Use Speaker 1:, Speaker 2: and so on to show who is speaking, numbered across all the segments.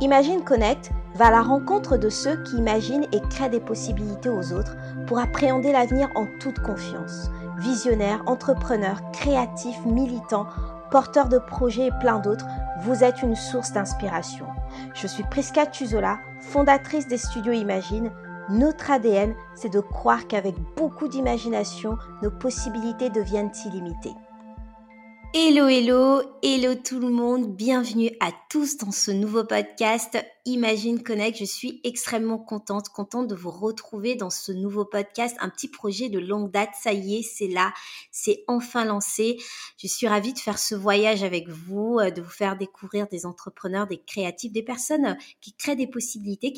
Speaker 1: Imagine Connect va à la rencontre de ceux qui imaginent et créent des possibilités aux autres pour appréhender l'avenir en toute confiance. Visionnaires, entrepreneurs, créatifs, militants, porteurs de projets et plein d'autres, vous êtes une source d'inspiration. Je suis Prisca Tuzola, fondatrice des studios Imagine. Notre ADN, c'est de croire qu'avec beaucoup d'imagination, nos possibilités deviennent illimitées. Hello, hello, hello tout le monde, bienvenue à tous dans ce nouveau podcast Imagine Connect. Je suis extrêmement contente de vous retrouver dans ce nouveau podcast, un petit projet de longue date, ça y est, c'est là, c'est enfin lancé. Je suis ravie de faire ce voyage avec vous, de vous faire découvrir des entrepreneurs, des créatifs, des personnes qui créent des possibilités,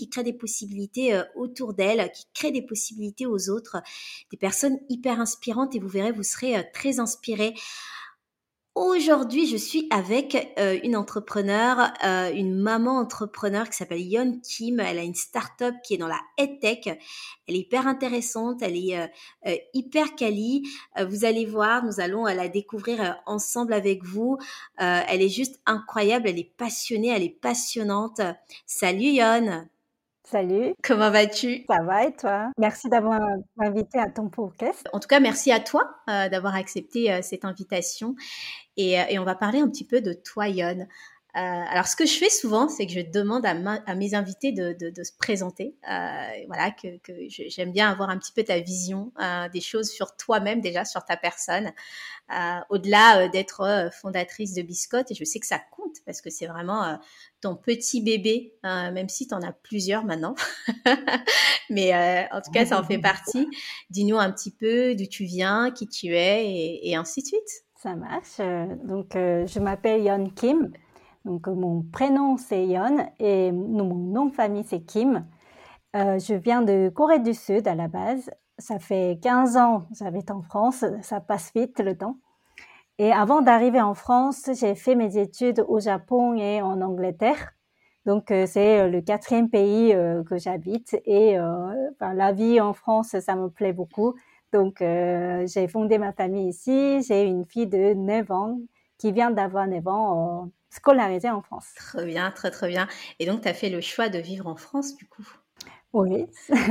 Speaker 1: autour d'elles, qui créent des possibilités aux autres, des personnes hyper inspirantes et vous verrez, vous serez très inspirés. Aujourd'hui, je suis avec une entrepreneure, une maman entrepreneur qui s'appelle Yeon Kim. Elle a une start-up qui est dans la EdTech. Elle est hyper intéressante, elle est hyper quali. Vous allez voir, nous allons la découvrir ensemble avec vous. Elle est juste incroyable, elle est passionnée, elle est passionnante. Salut Yeon.
Speaker 2: Salut.
Speaker 1: Comment vas-tu?
Speaker 2: Ça va et toi? Merci d'avoir m'invité à ton podcast.
Speaker 1: En tout cas, merci à toi d'avoir accepté cette invitation. Et on va parler un petit peu de toi, Yeon. Alors, ce que je fais souvent, c'est que je demande à mes invités de se présenter. Voilà, que j'aime bien avoir un petit peu ta vision des choses sur toi-même déjà, sur ta personne. Au-delà d'être fondatrice de Biscotte, et je sais que ça compte parce que c'est vraiment ton petit bébé, même si tu en as plusieurs maintenant. Mais en tout cas, ça en fait partie. Dis-nous un petit peu d'où tu viens, qui tu es et ainsi de suite.
Speaker 2: Ça marche. Je m'appelle Yeon Kim. Donc, mon prénom, c'est Yeon et mon nom de famille, c'est Kim. Je viens de Corée du Sud à la base. Ça fait 15 ans que j'habite en France. Ça passe vite le temps. Et avant d'arriver en France, j'ai fait mes études au Japon et en Angleterre. Donc, c'est le 4e pays que j'habite. Et la vie en France, ça me plaît beaucoup. Donc, j'ai fondé ma famille ici. J'ai une fille de 9 ans qui vient d'avoir 9 ans scolarisée en France.
Speaker 1: Très bien, très très bien. Et donc, tu as fait le choix de vivre en France, du coup?
Speaker 2: Oui.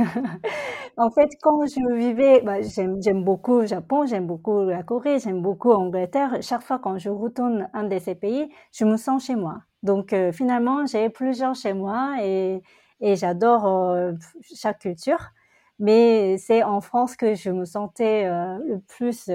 Speaker 2: En fait, quand je vivais, j'aime beaucoup le Japon, j'aime beaucoup la Corée, j'aime beaucoup l'Angleterre. Chaque fois quand je retourne un de ces pays, je me sens chez moi. Donc, finalement, j'ai plusieurs chez moi et j'adore chaque culture. Mais c'est en France que je me sentais le plus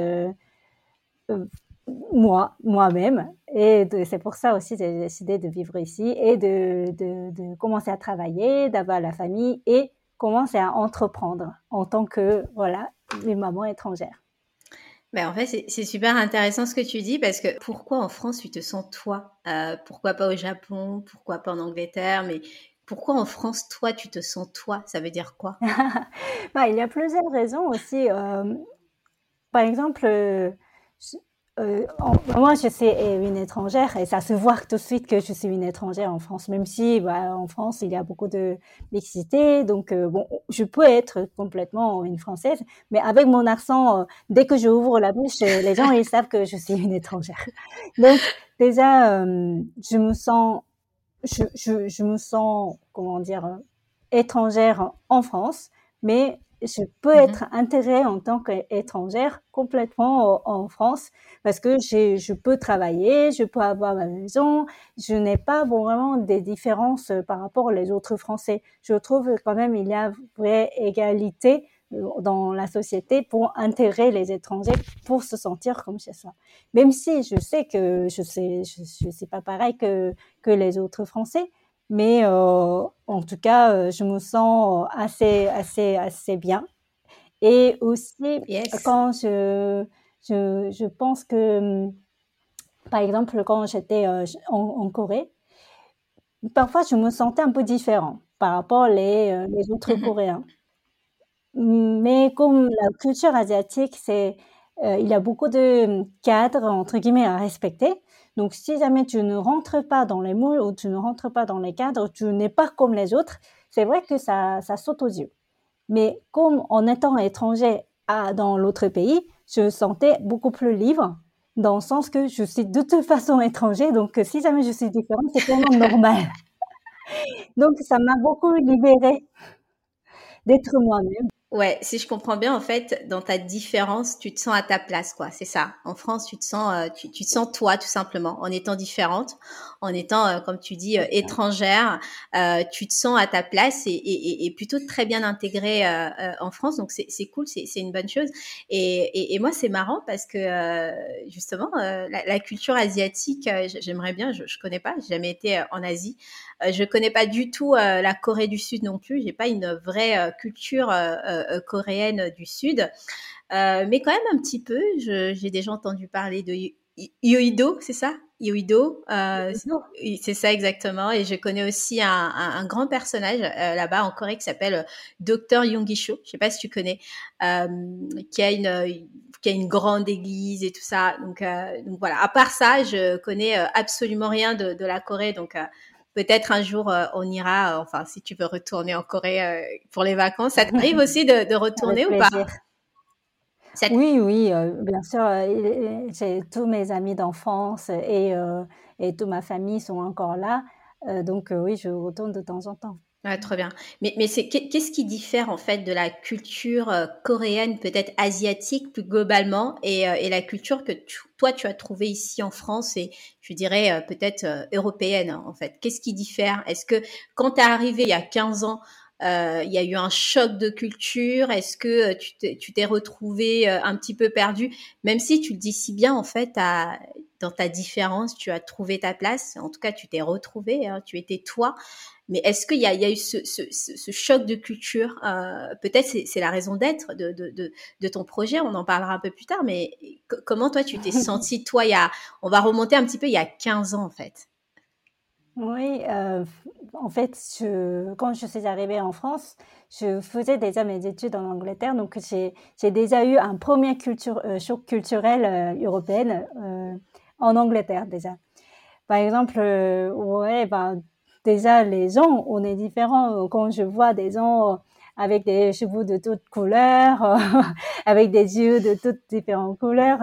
Speaker 2: moi-même. Et c'est pour ça aussi que j'ai décidé de vivre ici et de commencer à travailler, d'avoir la famille et commencer à entreprendre en tant que, une maman étrangère.
Speaker 1: Ben en fait, c'est super intéressant ce que tu dis parce que pourquoi en France tu te sens toi? Pourquoi pas au Japon? Pourquoi pas en Angleterre? Mais pourquoi en France, toi, tu te sens toi? Ça veut dire quoi?
Speaker 2: Il y a plusieurs raisons aussi. Par exemple, moi, je suis une étrangère et ça se voit tout de suite que je suis une étrangère en France, même si en France, il y a beaucoup de mixité. Donc, je peux être complètement une Française, mais avec mon accent, dès que j'ouvre la bouche, les gens, ils savent que je suis une étrangère. Donc, déjà, je me sens, comment dire, étrangère en France, mais je peux être intégrée en tant qu'étrangère complètement en France parce que je peux travailler, je peux avoir ma maison, je n'ai pas vraiment des différences par rapport aux autres Français. Je trouve quand même il y a vraie égalité dans la société pour intégrer les étrangers, pour se sentir comme chez soi. Même si je sais que je suis pas pareil que les autres Français, mais en tout cas, je me sens assez bien. Et aussi, quand je pense que, par exemple, quand j'étais en Corée, parfois je me sentais un peu différent par rapport les autres Coréens. Mais comme la culture asiatique, il y a beaucoup de cadres entre guillemets à respecter. Donc, si jamais tu ne rentres pas dans les moules ou tu ne rentres pas dans les cadres, tu n'es pas comme les autres. C'est vrai que ça saute aux yeux. Mais comme en étant étranger dans l'autre pays, je me sentais beaucoup plus libre, dans le sens que je suis de toute façon étranger. Donc, si jamais je suis différente, c'est tellement normal. Donc ça m'a beaucoup libérée d'être moi-même.
Speaker 1: Ouais, si je comprends bien, en fait, dans ta différence, tu te sens à ta place, quoi. C'est ça. En France, tu te sens, tu te sens toi, tout simplement, en étant différente, en étant, comme tu dis, étrangère. Tu te sens à ta place et plutôt très bien intégrée en France. Donc c'est cool, c'est une bonne chose. Et moi, c'est marrant parce que justement, la culture asiatique, j'aimerais bien. Je connais pas, j'ai jamais été en Asie. Je connais pas du tout la Corée du Sud non plus. J'ai pas une vraie culture coréenne du Sud, mais quand même un petit peu. J'ai déjà entendu parler de Yoido, c'est ça? Yoido, c'est ça exactement. Et je connais aussi un grand personnage là-bas en Corée qui s'appelle Dr Yonggi-cho. Je sais pas si tu connais, euh, qui a une grande église et tout ça. Donc voilà. À part ça, je connais absolument rien de la Corée. Donc peut-être un jour on ira. Enfin, si tu veux retourner en Corée pour les vacances, ça t'arrive aussi de
Speaker 2: Avec
Speaker 1: retourner ou pas?
Speaker 2: plaisir.
Speaker 1: Ça
Speaker 2: Oui, oui, bien sûr, j'ai tous mes amis d'enfance et toute ma famille sont encore là. Donc oui, je retourne de temps en temps.
Speaker 1: Ouais, trop bien. Mais qu'est-ce qui diffère en fait de la culture coréenne, peut-être asiatique plus globalement, et la culture que toi tu as trouvée ici en France et je dirais peut-être européenne en fait. Qu'est-ce qui diffère? Est-ce que quand tu es arrivé il y a 15 ans, il y a eu un choc de culture? Est-ce que tu t'es retrouvé un petit peu perdu? Même si tu le dis si bien en fait, dans ta différence, tu as trouvé ta place. En tout cas, tu t'es retrouvé, hein, tu étais toi. Mais est-ce qu'il y a eu ce choc de culture? Peut-être c'est la raison d'être de ton projet, on en parlera un peu plus tard, mais comment toi tu t'es senti, toi, on va remonter un petit peu, il y a 15 ans en fait.
Speaker 2: Oui, en fait, quand je suis arrivée en France, je faisais déjà mes études en Angleterre, donc j'ai déjà eu un premier choc culturel européenne en Angleterre déjà. Par exemple, ouais, ben, déjà les gens, on est différents. Quand je vois des gens avec des cheveux de toutes couleurs, avec des yeux de toutes différentes couleurs,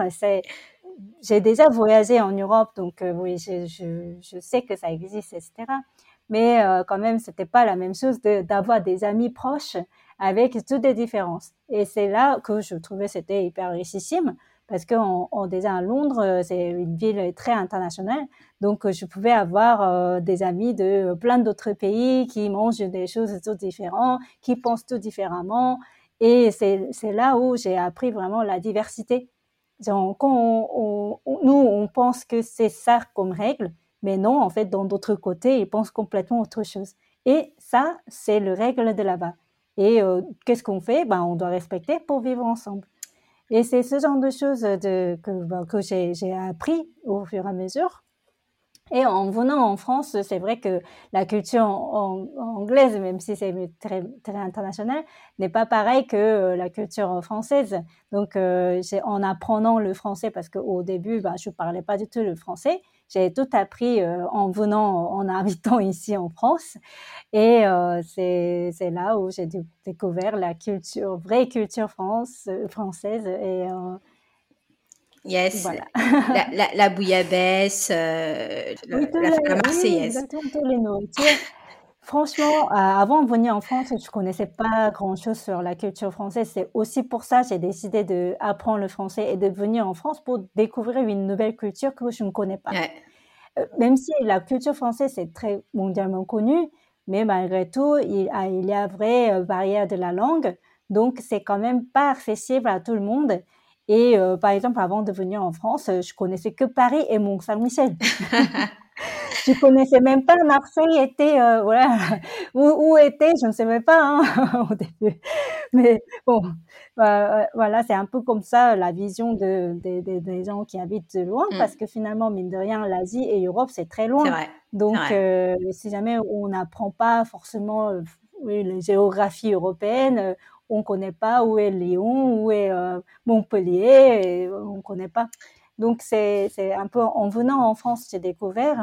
Speaker 2: j'ai déjà voyagé en Europe, donc oui, je sais que ça existe, etc. Mais quand même, c'était pas la même chose d'avoir des amis proches avec toutes les différences. Et c'est là que je trouvais c'était hyper richissime parce qu'on déjà à Londres, c'est une ville très internationale, donc je pouvais avoir des amis de plein d'autres pays qui mangent des choses tout différentes, qui pensent tout différemment. Et c'est là où j'ai appris vraiment la diversité. Donc, quand nous, on pense que c'est ça comme règle, mais non, en fait, dans d'autres côtés, ils pensent complètement autre chose. Et ça, c'est le règle de là-bas. Et qu'est-ce qu'on fait? Ben, on doit respecter pour vivre ensemble. Et c'est ce genre de choses que j'ai appris au fur et à mesure. Et en venant en France, c'est vrai que la culture anglaise, même si c'est très, très international, n'est pas pareil que la culture française. Donc, en apprenant le français, parce qu'au début, bah, je parlais pas du tout le français, j'ai tout appris en venant, en habitant ici en France. Et c'est là où j'ai découvert la culture, vraie culture française. Et
Speaker 1: Yes,
Speaker 2: voilà.
Speaker 1: la bouillabaisse,
Speaker 2: Oui,
Speaker 1: la
Speaker 2: oui,
Speaker 1: Marseillaise.
Speaker 2: exactement, toutes les nourritures. Franchement, avant de venir en France, je connaissais pas grand-chose sur la culture française. C'est aussi pour ça que j'ai décidé d'apprendre le français et de venir en France pour découvrir une nouvelle culture que je ne connais pas.
Speaker 1: Ouais.
Speaker 2: Même si la culture française est très mondialement connue, mais malgré tout, il y a vraie barrière de la langue, donc c'est quand même pas accessible à tout le monde. Et par exemple, avant de venir en France, je connaissais que Paris et Mont-Saint-Michel. Je connaissais même pas Marseille était voilà où était je ne savais pas hein, au début. Mais bon voilà c'est un peu comme ça la vision des gens qui habitent de loin parce
Speaker 1: Mm,
Speaker 2: que finalement mine de rien l'Asie et l'Europe c'est très
Speaker 1: c'est
Speaker 2: loin.
Speaker 1: vrai, c'est
Speaker 2: Donc
Speaker 1: vrai.
Speaker 2: si jamais on n'apprend pas forcément oui, la géographie européenne, on connaît pas où est Lyon, où est Montpellier, et on connaît pas. Donc c'est un peu en venant en France, j'ai découvert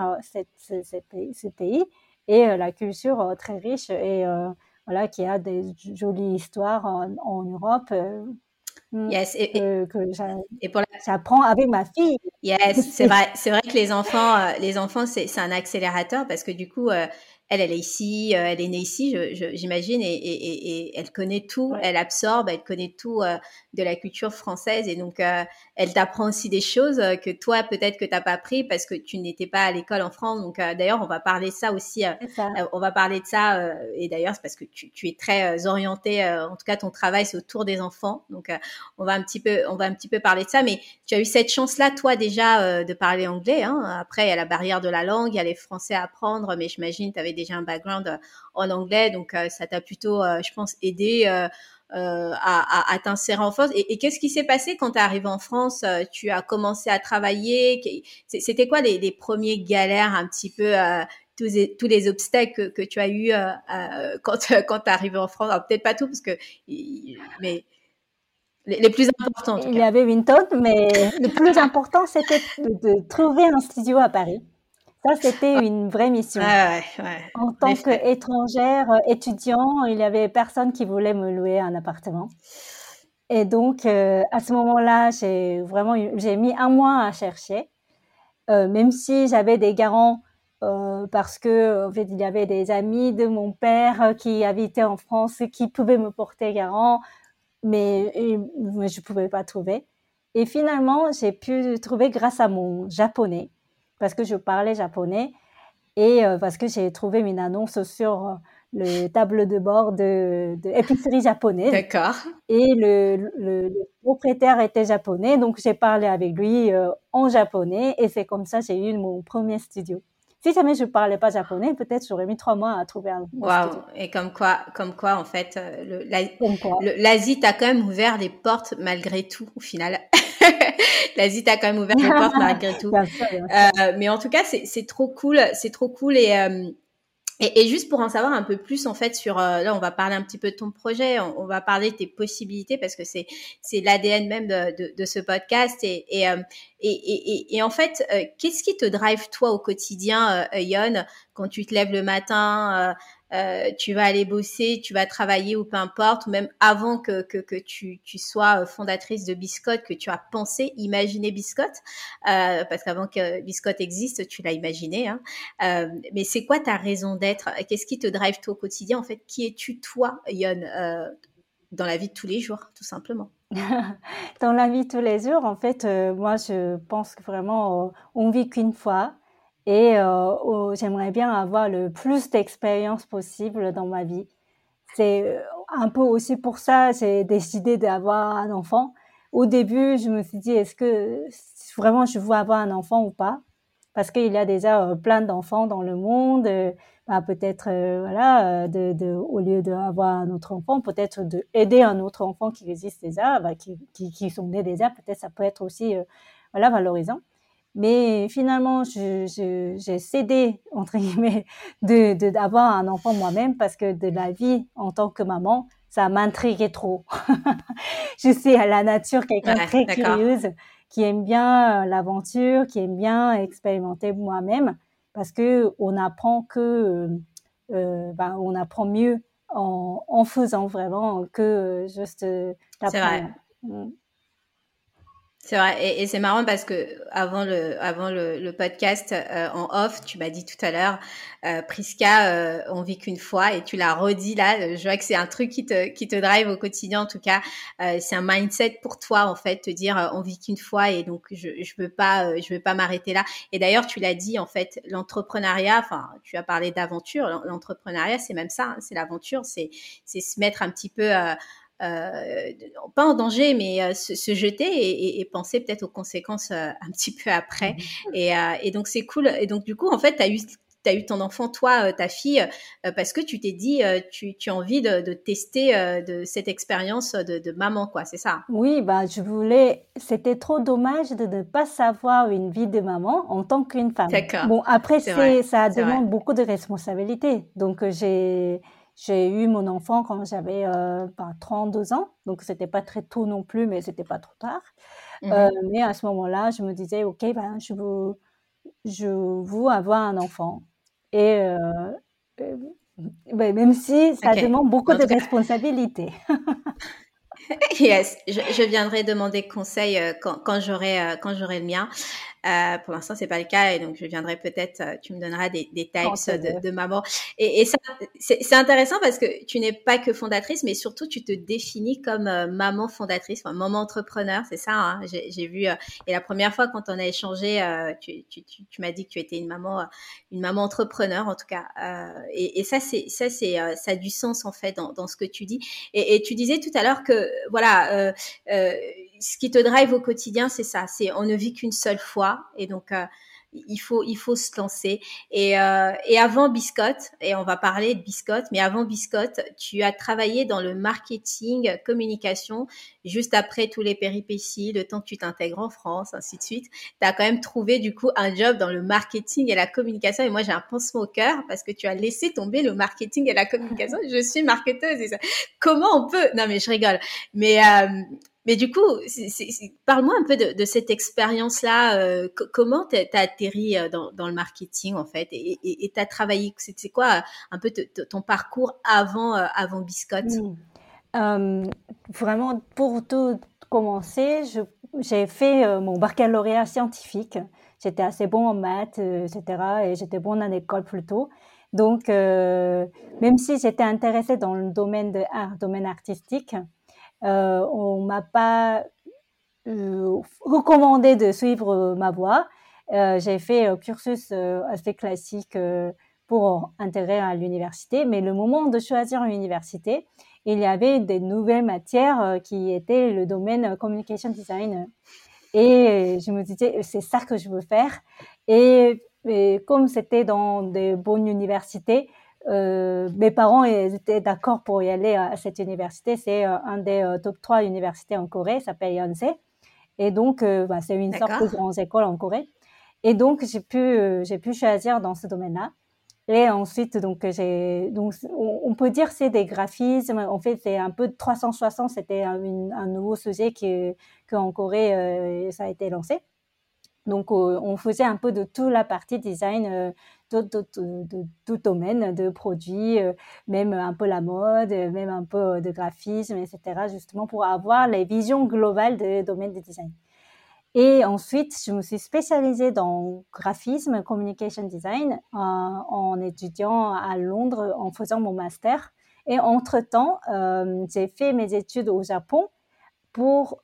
Speaker 2: ce pays et la culture très riche et voilà qui a des jolies histoires en Europe
Speaker 1: Yes,
Speaker 2: que
Speaker 1: et pour
Speaker 2: j'apprends avec ma fille
Speaker 1: yes,
Speaker 2: aussi.
Speaker 1: c'est vrai que les enfants, c'est un accélérateur parce que du coup, elle est ici, elle est née ici, j'imagine, et elle connaît tout,
Speaker 2: Ouais.
Speaker 1: elle absorbe, elle connaît tout de la culture française, et donc elle t'apprend aussi des choses que toi peut-être que t'as pas appris parce que tu n'étais pas à l'école en France. Donc d'ailleurs on va parler de ça aussi,
Speaker 2: C'est ça.
Speaker 1: on va parler de ça, et d'ailleurs c'est parce que tu es très orienté, en tout cas ton travail c'est autour des enfants, donc on va un petit peu parler de ça. Mais tu as eu cette chance-là, toi, déjà, de parler anglais, hein. Après, il y a la barrière de la langue, il y a les français à apprendre, mais j'imagine que tu avais déjà un background en anglais, donc ça t'a plutôt, je pense, aidé à t'insérer en France. Et qu'est-ce qui s'est passé quand tu es arrivé en France? Tu as commencé à travailler. C'était quoi les premiers galères un petit peu, tous les obstacles que tu as eu quand tu es arrivé en France? Alors, peut-être pas tout, parce que, mais les plus importants en tout
Speaker 2: Il y
Speaker 1: cas.
Speaker 2: avait Winton, mais le plus important, c'était de trouver un studio à Paris. Ça, c'était une vraie mission.
Speaker 1: Ouais,
Speaker 2: En
Speaker 1: en
Speaker 2: tant
Speaker 1: effet.
Speaker 2: qu'étrangère, étudiant, il y avait personne qui voulait me louer un appartement. Et donc, à ce moment-là, j'ai mis 1 mois à chercher, même si j'avais des garants, parce que, en fait, il y avait des amis de mon père qui habitaient en France et qui pouvaient me porter garant, mais je pouvais pas trouver. Et finalement, j'ai pu trouver grâce à mon japonais, parce que je parlais japonais et parce que j'ai trouvé une annonce sur le tableau de bord de épicerie japonaise
Speaker 1: D'accord.
Speaker 2: et le propriétaire était japonais, donc j'ai parlé avec lui en japonais et c'est comme ça que j'ai eu mon premier studio. Si jamais je parlais pas japonais, peut-être j'aurais mis 3 mois à trouver mon
Speaker 1: Waouh.
Speaker 2: studio.
Speaker 1: Et comme quoi, en fait,
Speaker 2: Comme quoi.
Speaker 1: l'Asie t'a quand même ouvert des portes malgré tout, au final. L'Asie t'a quand même ouvert des portes malgré tout.
Speaker 2: Bien sûr, bien sûr.
Speaker 1: Mais en tout cas, c'est trop cool. C'est trop cool. Et juste pour en savoir un peu plus, en fait, sur là, on va parler un petit peu de ton projet, on va parler de tes possibilités, parce que c'est l'ADN même de ce podcast. Et en fait, qu'est-ce qui te drive toi au quotidien, Yon, quand tu te lèves le matin, tu vas aller bosser, tu vas travailler, ou peu importe, ou même avant que tu sois fondatrice de Biscotte, que tu as pensé, imaginé Biscotte, parce qu'avant que Biscotte existe, tu l'as imaginé, hein. Mais c'est quoi ta raison d'être? Qu'est-ce qui te drive toi au quotidien? En fait, qui es-tu toi, Yon, dans la vie de tous les jours, tout simplement?
Speaker 2: Dans la vie de tous les jours, en fait, moi, je pense que vraiment, on vit qu'une fois et j'aimerais bien avoir le plus d'expérience possible dans ma vie. C'est un peu aussi pour ça, j'ai décidé d'avoir un enfant. Au début, je me suis dit, est-ce que vraiment je veux avoir un enfant ou pas? Parce qu'il y a déjà plein d'enfants dans le monde. Bah, peut-être, voilà, au lieu d'avoir un autre enfant, peut-être d'aider un autre enfant qui existe déjà, bah, qui sont nés déjà, peut-être ça peut être aussi, voilà, valorisant. Mais finalement, j'ai cédé, entre guillemets, d'avoir un enfant moi-même parce que de la vie en tant que maman, ça m'intriguait trop. Je suis à la nature quelqu'un de
Speaker 1: Ouais,
Speaker 2: très
Speaker 1: d'accord.
Speaker 2: curieuse, qui aime bien l'aventure, qui aime bien expérimenter moi-même parce que on apprend on apprend mieux en faisant vraiment que juste
Speaker 1: C'est vrai.
Speaker 2: d'apprendre. Mm.
Speaker 1: C'est vrai, et c'est marrant parce que avant le podcast, en off, tu m'as dit tout à l'heure, Priska, on vit qu'une fois, et tu l'as redit là. Je vois que c'est un truc qui te drive au quotidien, en tout cas. C'est un mindset pour toi, en fait, te dire on vit qu'une fois, et donc je veux pas m'arrêter là. Et d'ailleurs, tu l'as dit, en fait, l'entrepreneuriat. Enfin, tu as parlé d'aventure. L'entrepreneuriat, c'est même ça, hein, c'est l'aventure, c'est se mettre un petit peu pas en danger, mais se jeter, et penser peut-être aux conséquences un petit peu après. Et donc c'est cool. Et donc du coup, en fait, t'as eu ton enfant, toi, ta fille, parce que tu t'es dit, tu as envie de tester de cette expérience de maman, quoi. C'est ça?
Speaker 2: Oui, bah, c'était trop dommage de ne pas savoir une vie de maman en tant qu'une femme.
Speaker 1: D'accord.
Speaker 2: Bon, après,
Speaker 1: C'est vrai.
Speaker 2: ça
Speaker 1: C'est vrai.
Speaker 2: demande beaucoup de responsabilités. Donc, j'ai eu mon enfant quand j'avais, 32 ans. Donc, c'était pas très tôt non plus, mais c'était pas trop tard.
Speaker 1: Mhm.
Speaker 2: Mais à ce moment-là, je me disais, OK, ben, je veux avoir un enfant. Et, euh, ben, même si ça
Speaker 1: Ok.
Speaker 2: demande beaucoup
Speaker 1: En
Speaker 2: de
Speaker 1: tout cas,
Speaker 2: responsabilités.
Speaker 1: yes, je viendrai demander conseil quand j'aurai le mien. Pour l'instant, c'est pas le cas, et donc je viendrai peut-être. Tu me donneras des
Speaker 2: Quand
Speaker 1: types
Speaker 2: tu veux.
Speaker 1: de maman. Et ça, c'est intéressant parce que tu n'es pas que fondatrice, mais surtout tu te définis comme maman fondatrice, enfin, maman entrepreneur, c'est ça. Hein, j'ai vu. Et la première fois quand on a échangé, tu m'as dit que tu étais une maman entrepreneur en tout cas. Et ça, ça a du sens en fait dans ce que tu dis. Et tu disais tout à l'heure que voilà. Ce qui te drive au quotidien, c'est ça. C'est on ne vit qu'une seule fois, et donc il faut se lancer. Et avant Biscotte, et on va parler de Biscotte, mais avant Biscotte, tu as travaillé dans le marketing, communication, juste après tous les péripéties, le temps que tu t'intègres en France, ainsi de suite. Tu as quand même trouvé du coup un job dans le marketing et la communication. Et moi, j'ai un pansement au cœur parce que tu as laissé tomber le marketing et la communication. Je suis marketeuse. Et ça. Comment on peut... Non, mais je rigole. Mais du coup, parle-moi un peu de cette expérience-là. Comment t'as atterri dans le marketing en fait, et t'as travaillé. C'est quoi un peu ton parcours avant Biscotte?
Speaker 2: Euh, Vraiment, pour tout commencer, j'ai fait mon baccalauréat scientifique. J'étais assez bon en maths, etc. Et j'étais bonne à l'école plutôt. Donc, même si j'étais intéressée dans le domaine de art, domaine artistique, on m'a pas recommandé de suivre ma voie. J'ai fait un cursus assez classique pour intégrer à l'université, mais le moment de choisir une université, il y avait des nouvelles matières qui étaient le domaine communication design. Et je me disais, c'est ça que je veux faire. Et comme c'était dans des bonnes universités, mes parents ils étaient d'accord pour y aller à cette université. C'est un des top 3 universités en Corée, ça s'appelle Yonsei. Et donc, c'est une sorte de
Speaker 1: D'accord.
Speaker 2: grande école en Corée. Et donc, j'ai pu choisir dans ce domaine-là. Et ensuite, donc, on peut dire c'est des graphismes. En fait, c'est un peu de 360. C'était un nouveau sujet qu'en Corée, ça a été lancé. Donc, on faisait un peu de toute la partie design, de tout domaine, de produits, même un peu la mode, même un peu de graphisme, etc., justement pour avoir les visions globales des domaines de design. Et ensuite, je me suis spécialisée dans graphisme, communication design, en étudiant à Londres, en faisant mon master. Et entre-temps, j'ai fait mes études au Japon pour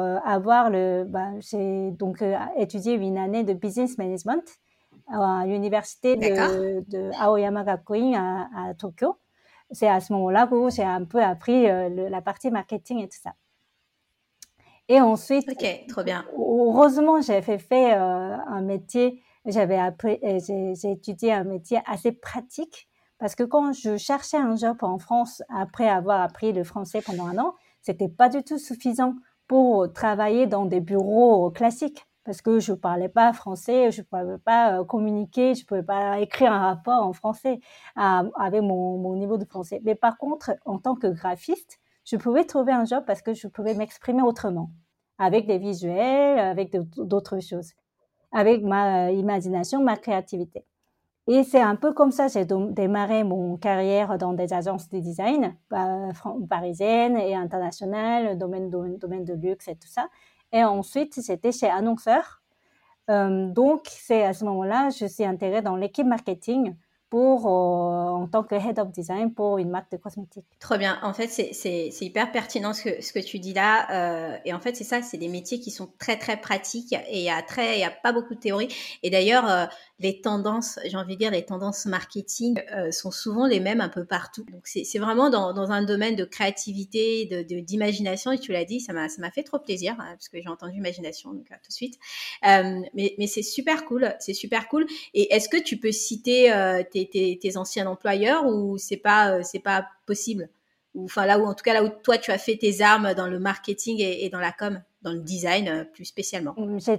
Speaker 2: j'ai donc étudié une année de business management à l'université
Speaker 1: D'accord.
Speaker 2: de Aoyama Gakuin à Tokyo. C'est à ce moment-là où j'ai un peu appris la partie marketing et tout ça. Et ensuite,
Speaker 1: Ok, trop bien.
Speaker 2: heureusement, j'ai fait un métier, j'avais appris, j'ai étudié un métier assez pratique parce que quand je cherchais un job en France après avoir appris le français pendant un an, c'était pas du tout suffisant pour travailler dans des bureaux classiques parce que je parlais pas français, je pouvais pas communiquer, je pouvais pas écrire un rapport en français avec mon niveau de français. Mais par contre, en tant que graphiste, je pouvais trouver un job parce que je pouvais m'exprimer autrement avec des visuels, avec d'autres choses, avec ma imagination, ma créativité. Et c'est un peu comme ça que j'ai démarré mon carrière dans des agences de design parisiennes et internationales, domaine de luxe et tout ça. Et ensuite, j'étais chez Annonceur. Donc, c'est à ce moment-là, je suis intégrée dans l'équipe marketing en tant que head of design pour une marque de cosmétiques.
Speaker 1: Trop bien. En fait, c'est hyper pertinent ce que tu dis là. Et en fait, c'est ça, c'est des métiers qui sont très, très pratiques, et il y a pas beaucoup de théorie. Et d'ailleurs, les tendances, j'ai envie de dire, les tendances marketing sont souvent les mêmes un peu partout. Donc, c'est vraiment dans un domaine de créativité, d'imagination. Et tu l'as dit, ça m'a fait trop plaisir, hein, parce que j'ai entendu imagination, donc tout de suite. Mais c'est super cool. C'est super cool. Et est-ce que tu peux citer tes anciens employeurs, ou c'est pas possible? Ou enfin là où, en tout cas là où toi tu as fait tes armes dans le marketing et dans la com, dans le design plus spécialement.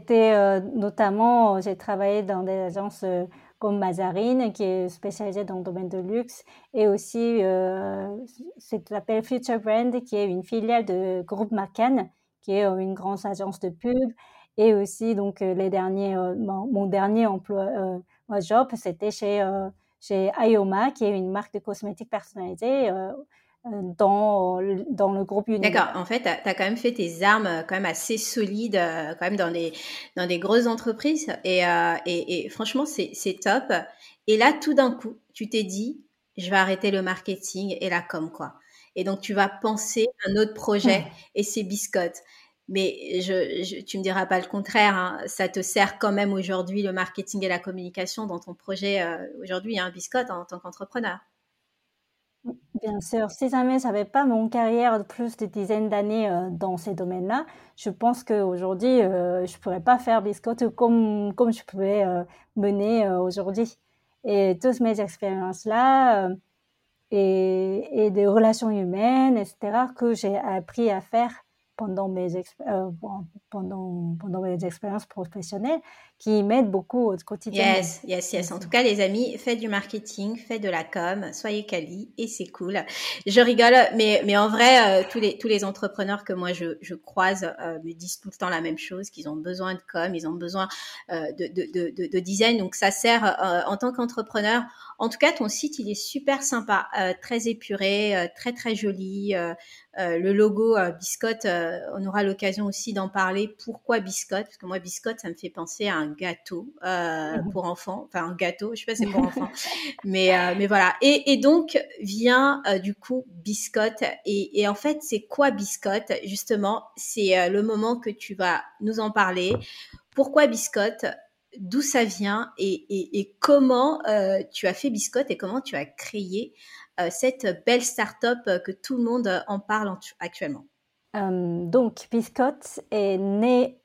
Speaker 2: J'ai travaillé dans des agences comme Mazarine, qui est spécialisée dans le domaine de luxe, et aussi, ça s'appelle Future Brand, qui est une filiale de groupe McCann, qui est une grande agence de pub. Et aussi, donc, mon dernier job, c'était chez Ioma, qui est une marque de cosmétiques personnalisés. dans le groupe Unilever.
Speaker 1: D'accord. En fait, tu as quand même fait tes armes quand même assez solides, quand même dans des grosses entreprises. Et franchement, c'est top. Et là, tout d'un coup, tu t'es dit, je vais arrêter le marketing et la com, quoi. Et donc, tu vas penser à un autre projet et c'est Biscotte. Mais tu me diras pas le contraire, hein. Ça te sert quand même aujourd'hui le marketing et la communication dans ton projet aujourd'hui, hein, Biscotte en tant qu'entrepreneur.
Speaker 2: Bien sûr, si jamais j'avais pas mon carrière de plus de dizaines d'années dans ces domaines-là, je pense qu'aujourd'hui, je pourrais pas faire Biscotte comme je pouvais mener aujourd'hui. Et toutes mes expériences-là et des relations humaines, etc., que j'ai appris à faire pendant pendant mes expériences professionnelles, qui m'aident beaucoup quotidiennement.
Speaker 1: Yes, yes,
Speaker 2: Bien
Speaker 1: yes. En
Speaker 2: sûr.
Speaker 1: tout cas, les amis, faites du marketing, faites de la com, soyez quali et c'est cool. Je rigole, mais en vrai, tous les entrepreneurs que moi je croise me disent tout le temps la même chose, qu'ils ont besoin de com, ils ont besoin de design. Donc ça sert en tant qu'entrepreneur. En tout cas, ton site il est super sympa, très épuré, très très joli. Le logo Biscotte, on aura l'occasion aussi d'en parler. Pourquoi Biscotte? Parce que moi, Biscotte, ça me fait penser à un gâteau pour enfants. Enfin, un gâteau, je sais pas, c'est pour enfants. Mais voilà. Et donc, vient du coup Biscotte. Et en fait, c'est quoi Biscotte? Justement, c'est le moment que tu vas nous en parler. Pourquoi Biscotte? D'où ça vient et comment tu as fait Biscotte et comment tu as créé cette belle start-up que tout le monde en parle actuellement.
Speaker 2: Donc, Biscotte est né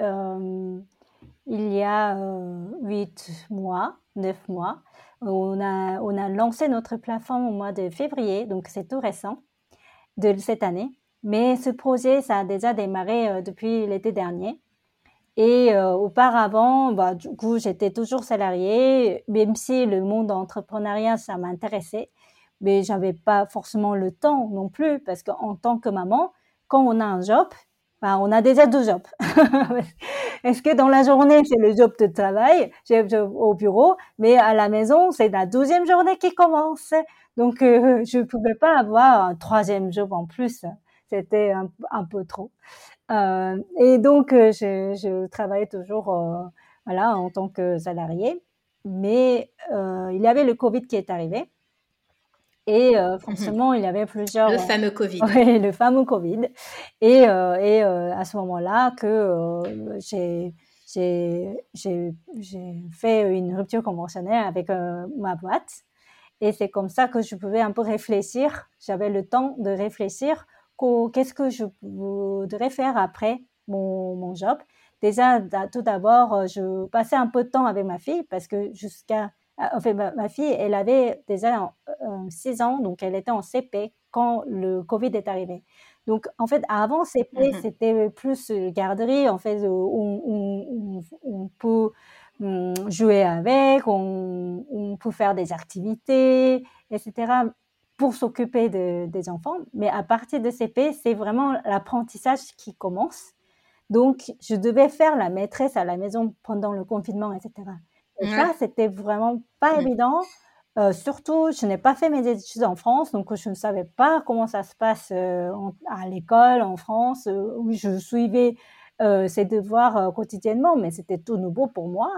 Speaker 2: il y a 8 mois, 9 mois. On a lancé notre plateforme au mois de février, donc c'est tout récent de cette année. Mais ce projet, ça a déjà démarré depuis l'été dernier. Et auparavant, bah, du coup, j'étais toujours salariée, même si le monde entrepreneuriat, ça m'intéressait. Mais j'avais pas forcément le temps non plus, parce qu'en tant que maman, quand on a un job, bah, on a déjà deux jobs. Est-ce que dans la journée, c'est le job de travail, job au bureau, mais à la maison, c'est la deuxième journée qui commence. Donc, je pouvais pas avoir un troisième job en plus. C'était un peu trop. Et donc, je travaillais toujours voilà, en tant que salariée. Mais il y avait le Covid qui est arrivé. Et
Speaker 1: Mhm.
Speaker 2: forcément, il y avait plusieurs...
Speaker 1: Le fameux Covid.
Speaker 2: ouais, le fameux Covid. Et à ce moment-là que j'ai fait une rupture conventionnelle avec ma boîte. Et c'est comme ça que je pouvais un peu réfléchir. J'avais le temps de réfléchir qu'est-ce que je voudrais faire après mon job. Déjà, tout d'abord, je passais un peu de temps avec ma fille parce que enfin, ma fille, elle avait déjà 6 ans, donc elle était en CP quand le Covid est arrivé. Donc, en fait, avant CP,
Speaker 1: Mhm.
Speaker 2: c'était plus garderie, en fait, on peut jouer avec, on peut faire des activités, etc., pour s'occuper des enfants. Mais à partir de CP, c'est vraiment l'apprentissage qui commence. Donc, je devais faire la maîtresse à la maison pendant le confinement, etc. Et
Speaker 1: Ouais.
Speaker 2: ça, c'était vraiment pas
Speaker 1: Mhm.
Speaker 2: évident. Surtout, je n'ai pas fait mes études en France, donc je ne savais pas comment ça se passe à l'école en France, où je suivais ces devoirs quotidiennement, mais c'était tout nouveau pour moi.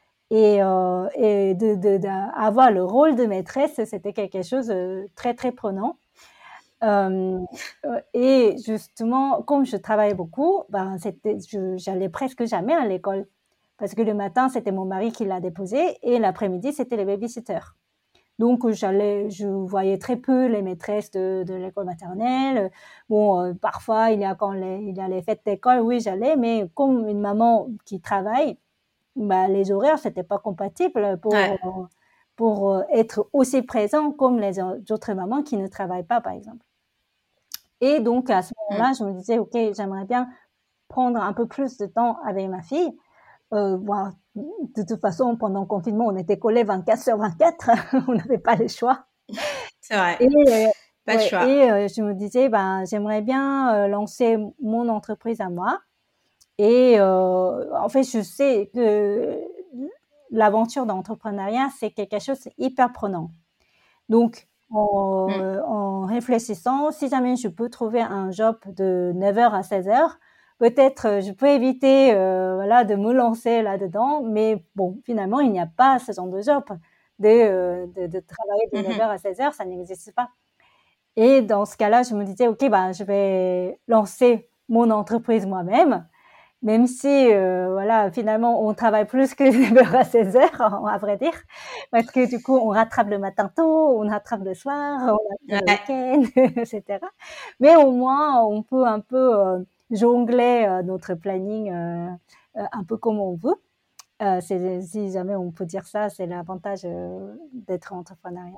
Speaker 2: Et d'avoir le rôle de maîtresse, c'était quelque chose de très, très prenant. Euh, et justement, comme je travaillais beaucoup, ben j'allais presque jamais à l'école. Parce que le matin, c'était mon mari qui l'a déposé et l'après-midi, c'était les babysitters. Donc, je voyais très peu les maîtresses de l'école maternelle. Bon, parfois, il y a les fêtes d'école, oui, j'allais, mais comme une maman qui travaille, bah, les horaires, c'était pas compatible
Speaker 1: Ouais.
Speaker 2: pour être aussi présent comme les autres mamans qui ne travaillent pas, par exemple. Et donc, à ce
Speaker 1: Mhm.
Speaker 2: moment-là, je me disais, OK, j'aimerais bien prendre un peu plus de temps avec ma fille. Bon, de toute façon, pendant le confinement, on était collés 24 sur 24. On n'avait pas le choix.
Speaker 1: C'est vrai.
Speaker 2: Et,
Speaker 1: Pas de
Speaker 2: ouais,
Speaker 1: choix.
Speaker 2: et je me disais, ben, j'aimerais bien lancer mon entreprise à moi. Et en fait, je sais que l'aventure d'entrepreneuriat, c'est quelque chose de hyper prenant. Donc, en réfléchissant, si jamais je peux trouver un job de 9h à 16h, peut-être je peux éviter voilà de me lancer là-dedans, mais bon, finalement, il n'y a pas ce genre de job de travailler de 9h à 16h, ça n'existe pas. Et dans ce cas-là, je me disais, OK, bah, je vais lancer mon entreprise moi-même, même si, voilà, finalement, on travaille plus que 9h à 16h, à vrai dire, parce que du coup, on rattrape le matin tôt, on rattrape le soir, on rattrape le week-end, etc. Mais au moins, on peut un peu jongler notre planning un peu comme on veut. Si jamais on peut dire ça, c'est l'avantage d'être entrepreneuriat.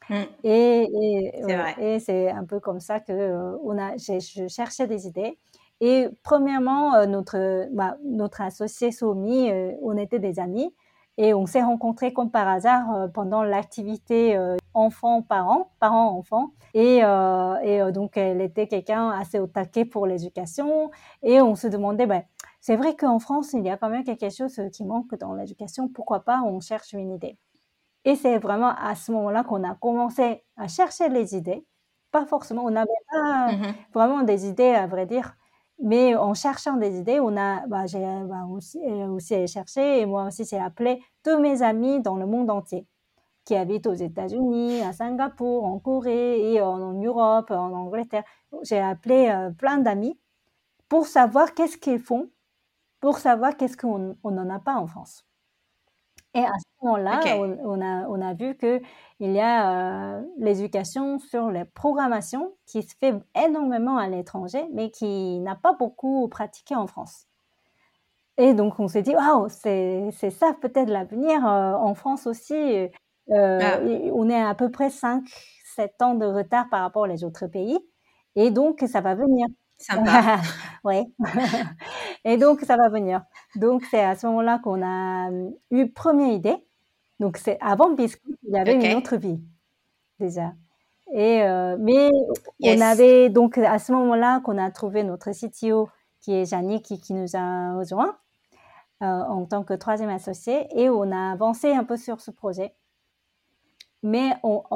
Speaker 2: Et c'est un peu comme ça que je cherchais des idées. Et premièrement, notre associé Somi, on était des amis et on s'est rencontrés comme par hasard pendant l'activité enfant-parent, parent-enfant. Et donc, elle était quelqu'un assez au taquet pour l'éducation. Et on se demandait, c'est vrai qu'en France, il y a quand même quelque chose qui manque dans l'éducation. Pourquoi pas on cherche une idée? Et c'est vraiment à ce moment-là qu'on a commencé à chercher les idées. Pas forcément, on n'avait pas vraiment des idées, à vrai dire, mais en cherchant des idées, j'ai aussi cherché, et moi aussi j'ai appelé tous mes amis dans le monde entier, qui habitent aux États-Unis, à Singapour, en Corée, et en Europe, en Angleterre. J'ai appelé plein d'amis pour savoir qu'est-ce qu'ils font, pour savoir qu'est-ce qu'on n'en a pas en France. Et à ce moment-là, on a vu que il y a l'éducation sur les programmations qui se fait énormément à l'étranger, mais qui n'a pas beaucoup pratiqué en France. Et donc, on s'est dit, waouh, c'est ça peut-être l'avenir en France aussi. On est à peu près 5-7 ans de retard par rapport aux autres pays. Et donc, ça va venir.
Speaker 1: Sympa.
Speaker 2: Ouais. Et donc, ça va venir. Donc, c'est à ce moment-là qu'on a eu première idée. Donc, c'est avant Biscuit, il y avait une autre vie, déjà. Et, mais on avait, donc, à ce moment-là qu'on a trouvé notre CTO, qui est Jannick, qui nous a rejoint en tant que troisième associé, et on a avancé un peu sur ce projet. Mais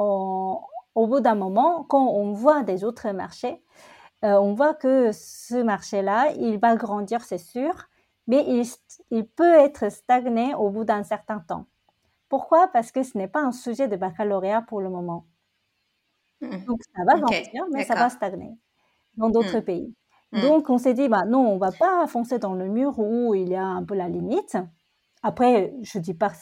Speaker 2: au bout d'un moment, quand on voit des autres marchés, on voit que ce marché-là, il va grandir, c'est sûr, mais il peut être stagné au bout d'un certain temps. Pourquoi? Parce que ce n'est pas un sujet de baccalauréat pour le moment. Donc, ça va grandir, mais ça va stagner dans d'autres pays. Donc, on s'est dit, non, on va pas foncer dans le mur où il y a un peu la limite. Après, je dis pas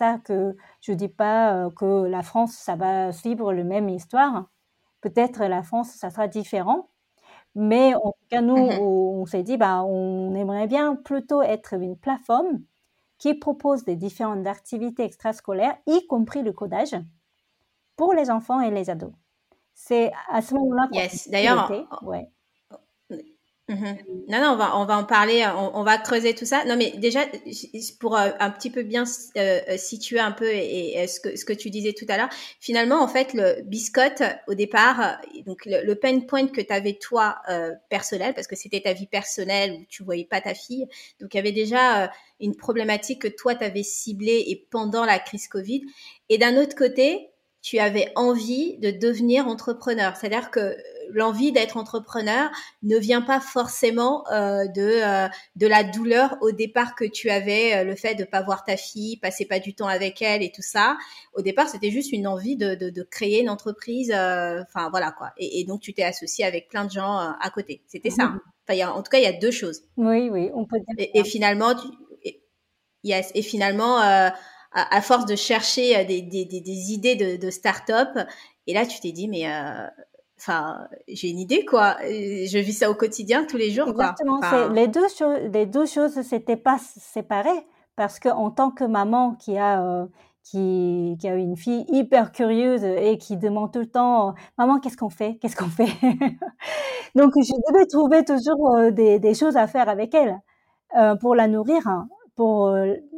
Speaker 2: que la France, ça va suivre la même histoire. Peut-être la France, ça sera différent. Mais en tout cas, nous, on s'est dit, on aimerait bien plutôt être une plateforme qui propose des différentes activités extrascolaires, y compris le codage, pour les enfants et les ados. C'est à ce moment-là qu'on
Speaker 1: D'ailleurs, non, on va en parler, on va creuser tout ça. Non, mais déjà, pour un petit peu bien situer un peu et ce que tu disais tout à l'heure, finalement, en fait, le biscotte, au départ, donc le pain point que tu avais toi personnel, parce que c'était ta vie personnelle où tu voyais pas ta fille, donc il y avait déjà une problématique que toi, tu avais ciblée et pendant la crise Covid. Et d'un autre côté, tu avais envie de devenir entrepreneur. C'est-à-dire que l'envie d'être entrepreneur ne vient pas forcément de la douleur au départ que tu avais, le fait de pas voir ta fille, passer pas du temps avec elle et tout ça. Au départ, c'était juste une envie de créer une entreprise. Enfin voilà quoi. Et donc tu t'es associé avec plein de gens à côté. C'était ça. Enfin, en tout cas, il y a deux choses.
Speaker 2: Oui, on peut dire.
Speaker 1: Et finalement, et finalement. À force de chercher des idées de start-up, et là tu t'es dit mais j'ai une idée quoi, je vis ça au quotidien tous les jours.
Speaker 2: Exactement, les deux choses s'étaient pas séparées parce que en tant que maman qui a une fille hyper curieuse et qui demande tout le temps maman qu'est-ce qu'on fait donc je devais trouver toujours des choses à faire avec elle pour la nourrir, hein, pour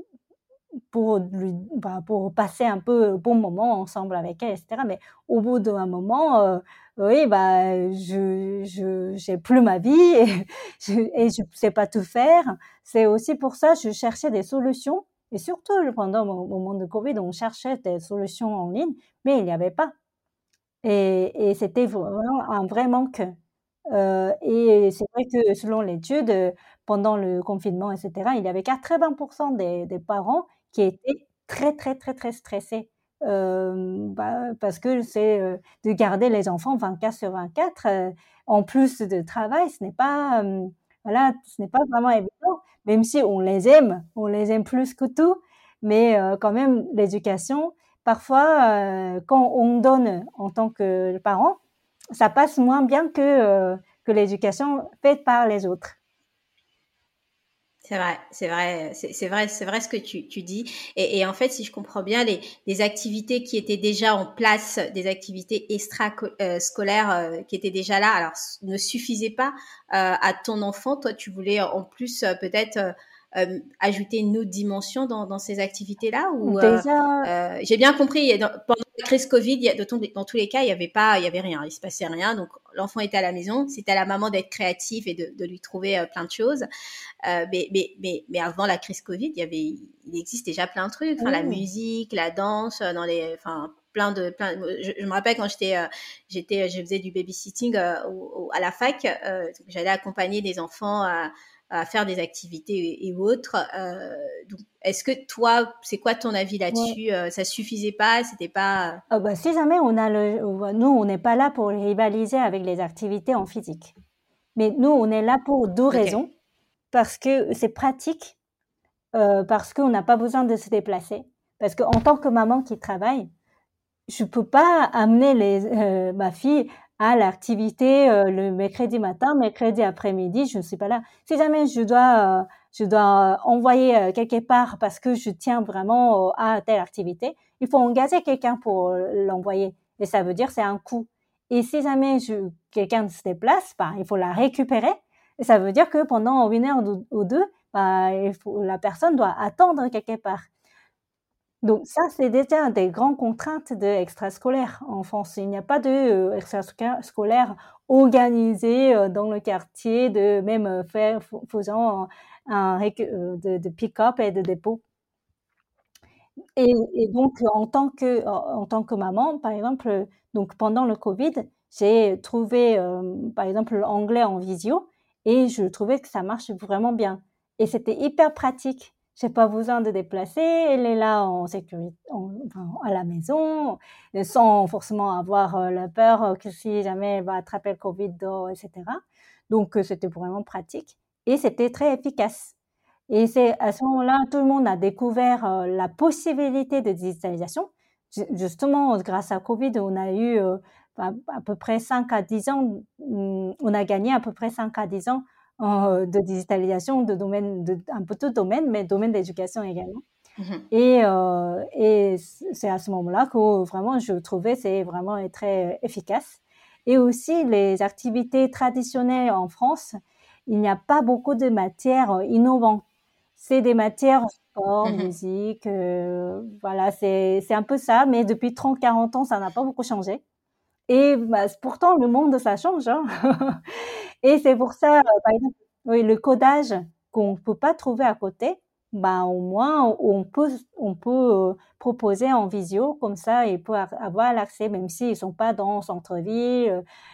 Speaker 2: passer un peu bon moment ensemble avec elle, etc. Mais au bout d'un moment, oui, j'ai plus ma vie et je sais pas tout faire. C'est aussi pour ça je cherchais des solutions. Et surtout pendant le moment de Covid, on cherchait des solutions en ligne, mais il n'y avait pas. Et c'était vraiment un vrai manque. Et c'est vrai que selon l'étude, pendant le confinement et cetera, il y avait 80 des parents qui étaient très, très, très, très stressés. Parce que c'est, de garder les enfants 24/24, en plus de travail, ce n'est pas, voilà, ce n'est pas vraiment évident. Même si on les aime plus que tout, mais quand même l'éducation, parfois, quand on donne en tant que parent, ça passe moins bien que l'éducation faite par les autres.
Speaker 1: C'est vrai, c'est vrai, c'est vrai, c'est vrai ce que tu dis. Et en fait, si je comprends bien, les activités qui étaient déjà en place, des activités extra-scolaires qui étaient déjà là, alors ne suffisaient pas à ton enfant. Toi, tu voulais en plus peut-être ajouter une autre dimension dans ces activités-là ou
Speaker 2: Déjà,
Speaker 1: j'ai bien compris. Pendant la crise Covid, dans tous les cas, il y avait rien, il se passait rien. Donc l'enfant était à la maison, c'était à la maman d'être créative et de lui trouver plein de choses. Mais avant la crise Covid, il existe déjà plein de trucs. Enfin, la
Speaker 2: oui,
Speaker 1: musique, la danse, enfin, plein. Je me rappelle quand je faisais du babysitting à la fac. J'allais accompagner des enfants à faire des activités et autres. Donc, est-ce que toi, c'est quoi ton avis
Speaker 2: ouais.
Speaker 1: là-dessus? Ça suffisait pas, c'était pas.
Speaker 2: Si jamais nous, on n'est pas là pour rivaliser avec les activités en physique. Mais nous, on est là pour deux
Speaker 1: Ok.
Speaker 2: raisons. Parce que c'est pratique, parce qu'on n'a pas besoin de se déplacer. Parce qu'en tant que maman qui travaille, je peux pas amener ma fille à l'activité le mercredi matin, mercredi après-midi, je ne suis pas là. Si jamais je dois envoyer quelque part parce que je tiens vraiment à telle activité, il faut engager quelqu'un pour l'envoyer. Et ça veut dire c'est un coût. Et si jamais quelqu'un se déplace, il faut la récupérer. Et ça veut dire que pendant une heure ou deux, la personne doit attendre quelque part. Donc ça, c'est déjà des grandes contraintes de extrascolaire en France. Il n'y a pas de extrascolaire organisé dans le quartier, de même faisant de pick-up et de dépôt. Et donc en tant que maman, par exemple, donc pendant le Covid, j'ai trouvé par exemple l'anglais en visio et je trouvais que ça marche vraiment bien. Et c'était hyper pratique. J'ai pas besoin de déplacer, elle est là en sécurité, enfin, à la maison, sans forcément avoir la peur que si jamais elle va attraper le Covid, etc. Donc c'était vraiment pratique et c'était très efficace. Et c'est à ce moment-là, tout le monde a découvert la possibilité de digitalisation. Justement, grâce à Covid, on a eu à peu près 5 à 10 ans, on a gagné à peu près 5 à 10 ans de digitalisation de domaine, un peu tout domaine, mais domaine d'éducation également.
Speaker 1: Mhm.
Speaker 2: Et c'est à ce moment-là que vraiment je trouvais c'est vraiment très efficace. Et aussi les activités traditionnelles en France, il n'y a pas beaucoup de matières innovantes. C'est des matières sport,
Speaker 1: Mhm.
Speaker 2: musique, voilà, c'est un peu ça, mais depuis 30, 40 ans, ça n'a pas beaucoup changé. Et pourtant, le monde, ça change, hein. Et c'est pour ça, par exemple, oui, le codage qu'on peut pas trouver à côté, au moins, on peut proposer en visio, comme ça, ils peuvent avoir l'accès, même s'ils sont pas dans le centre-ville,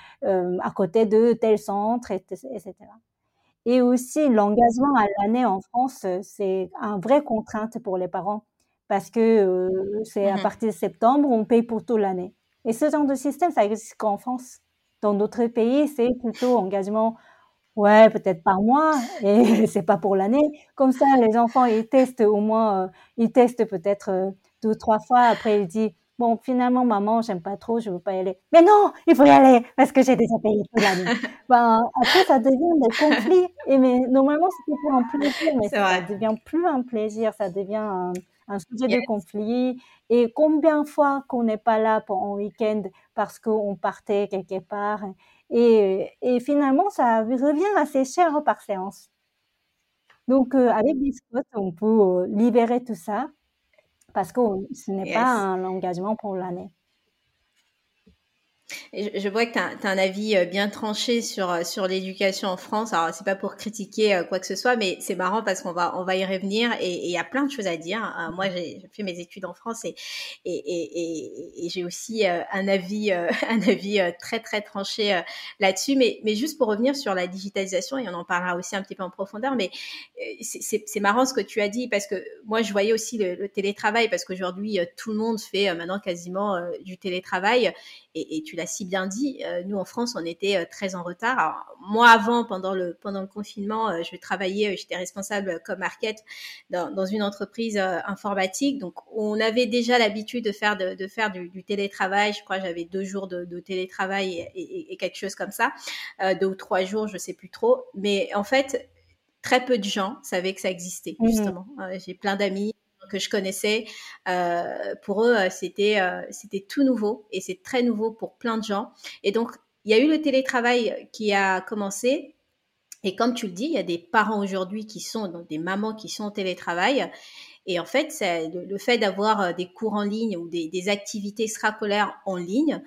Speaker 2: à côté de tel centre, etc. Et aussi, l'engagement à l'année en France, c'est une vraie contrainte pour les parents parce que c'est à
Speaker 1: Mhm.
Speaker 2: partir de septembre, on paye pour toute l'année. Et ce genre de système, ça existe qu'en France. Dans d'autres pays, c'est plutôt engagement, ouais, peut-être par mois, et c'est pas pour l'année. Comme ça, les enfants, ils testent au moins, ils testent peut-être 2, 3 fois. Après, ils disent, bon, finalement, maman, j'aime pas trop, je veux pas y aller. Mais non, il faut y aller parce que j'ai déjà payé toute l'année. Après, ça devient des conflits. Et mais normalement, c'était pour un plaisir, mais
Speaker 1: C'est
Speaker 2: ça
Speaker 1: vrai.
Speaker 2: devient plus un plaisir, ça devient un sujet de
Speaker 1: Yes.
Speaker 2: conflit. Et combien de fois qu'on n'est pas là pour un week-end parce qu'on partait quelque part et finalement, ça revient assez cher par séance. Donc, avec Biscoff, on peut libérer tout ça parce que ce n'est pas
Speaker 1: Yes.
Speaker 2: un engagement pour l'année.
Speaker 1: Je vois que tu as un avis bien tranché sur l'éducation en France. Alors, c'est pas pour critiquer quoi que ce soit, mais c'est marrant parce qu'on va y revenir et il y a plein de choses à dire. Moi, j'ai fait mes études en France et j'ai aussi un avis, un avis très, très tranché là-dessus. Mais juste pour revenir sur la digitalisation, et on en parlera aussi un petit peu en profondeur, mais c'est marrant ce que tu as dit parce que moi, je voyais aussi le télétravail parce qu'aujourd'hui, tout le monde fait maintenant quasiment du télétravail. Et tu l'as si bien dit, nous en France, on était très en retard. Alors, moi, avant, pendant le confinement, je travaillais, j'étais responsable comme market dans une entreprise informatique. Donc, on avait déjà l'habitude de faire du télétravail. Je crois que j'avais 2 jours de télétravail et quelque chose comme ça, 2 ou 3 jours, je sais plus trop. Mais en fait, très peu de gens savaient que ça existait,
Speaker 2: Mhm.
Speaker 1: justement. J'ai plein d'amis que je connaissais. Pour eux, c'était tout nouveau et c'est très nouveau pour plein de gens. Et donc, il y a eu le télétravail qui a commencé. Et comme tu le dis, il y a des parents aujourd'hui donc des mamans qui sont au télétravail. Et en fait, c'est le fait d'avoir des cours en ligne ou des activités extrascolaires en ligne,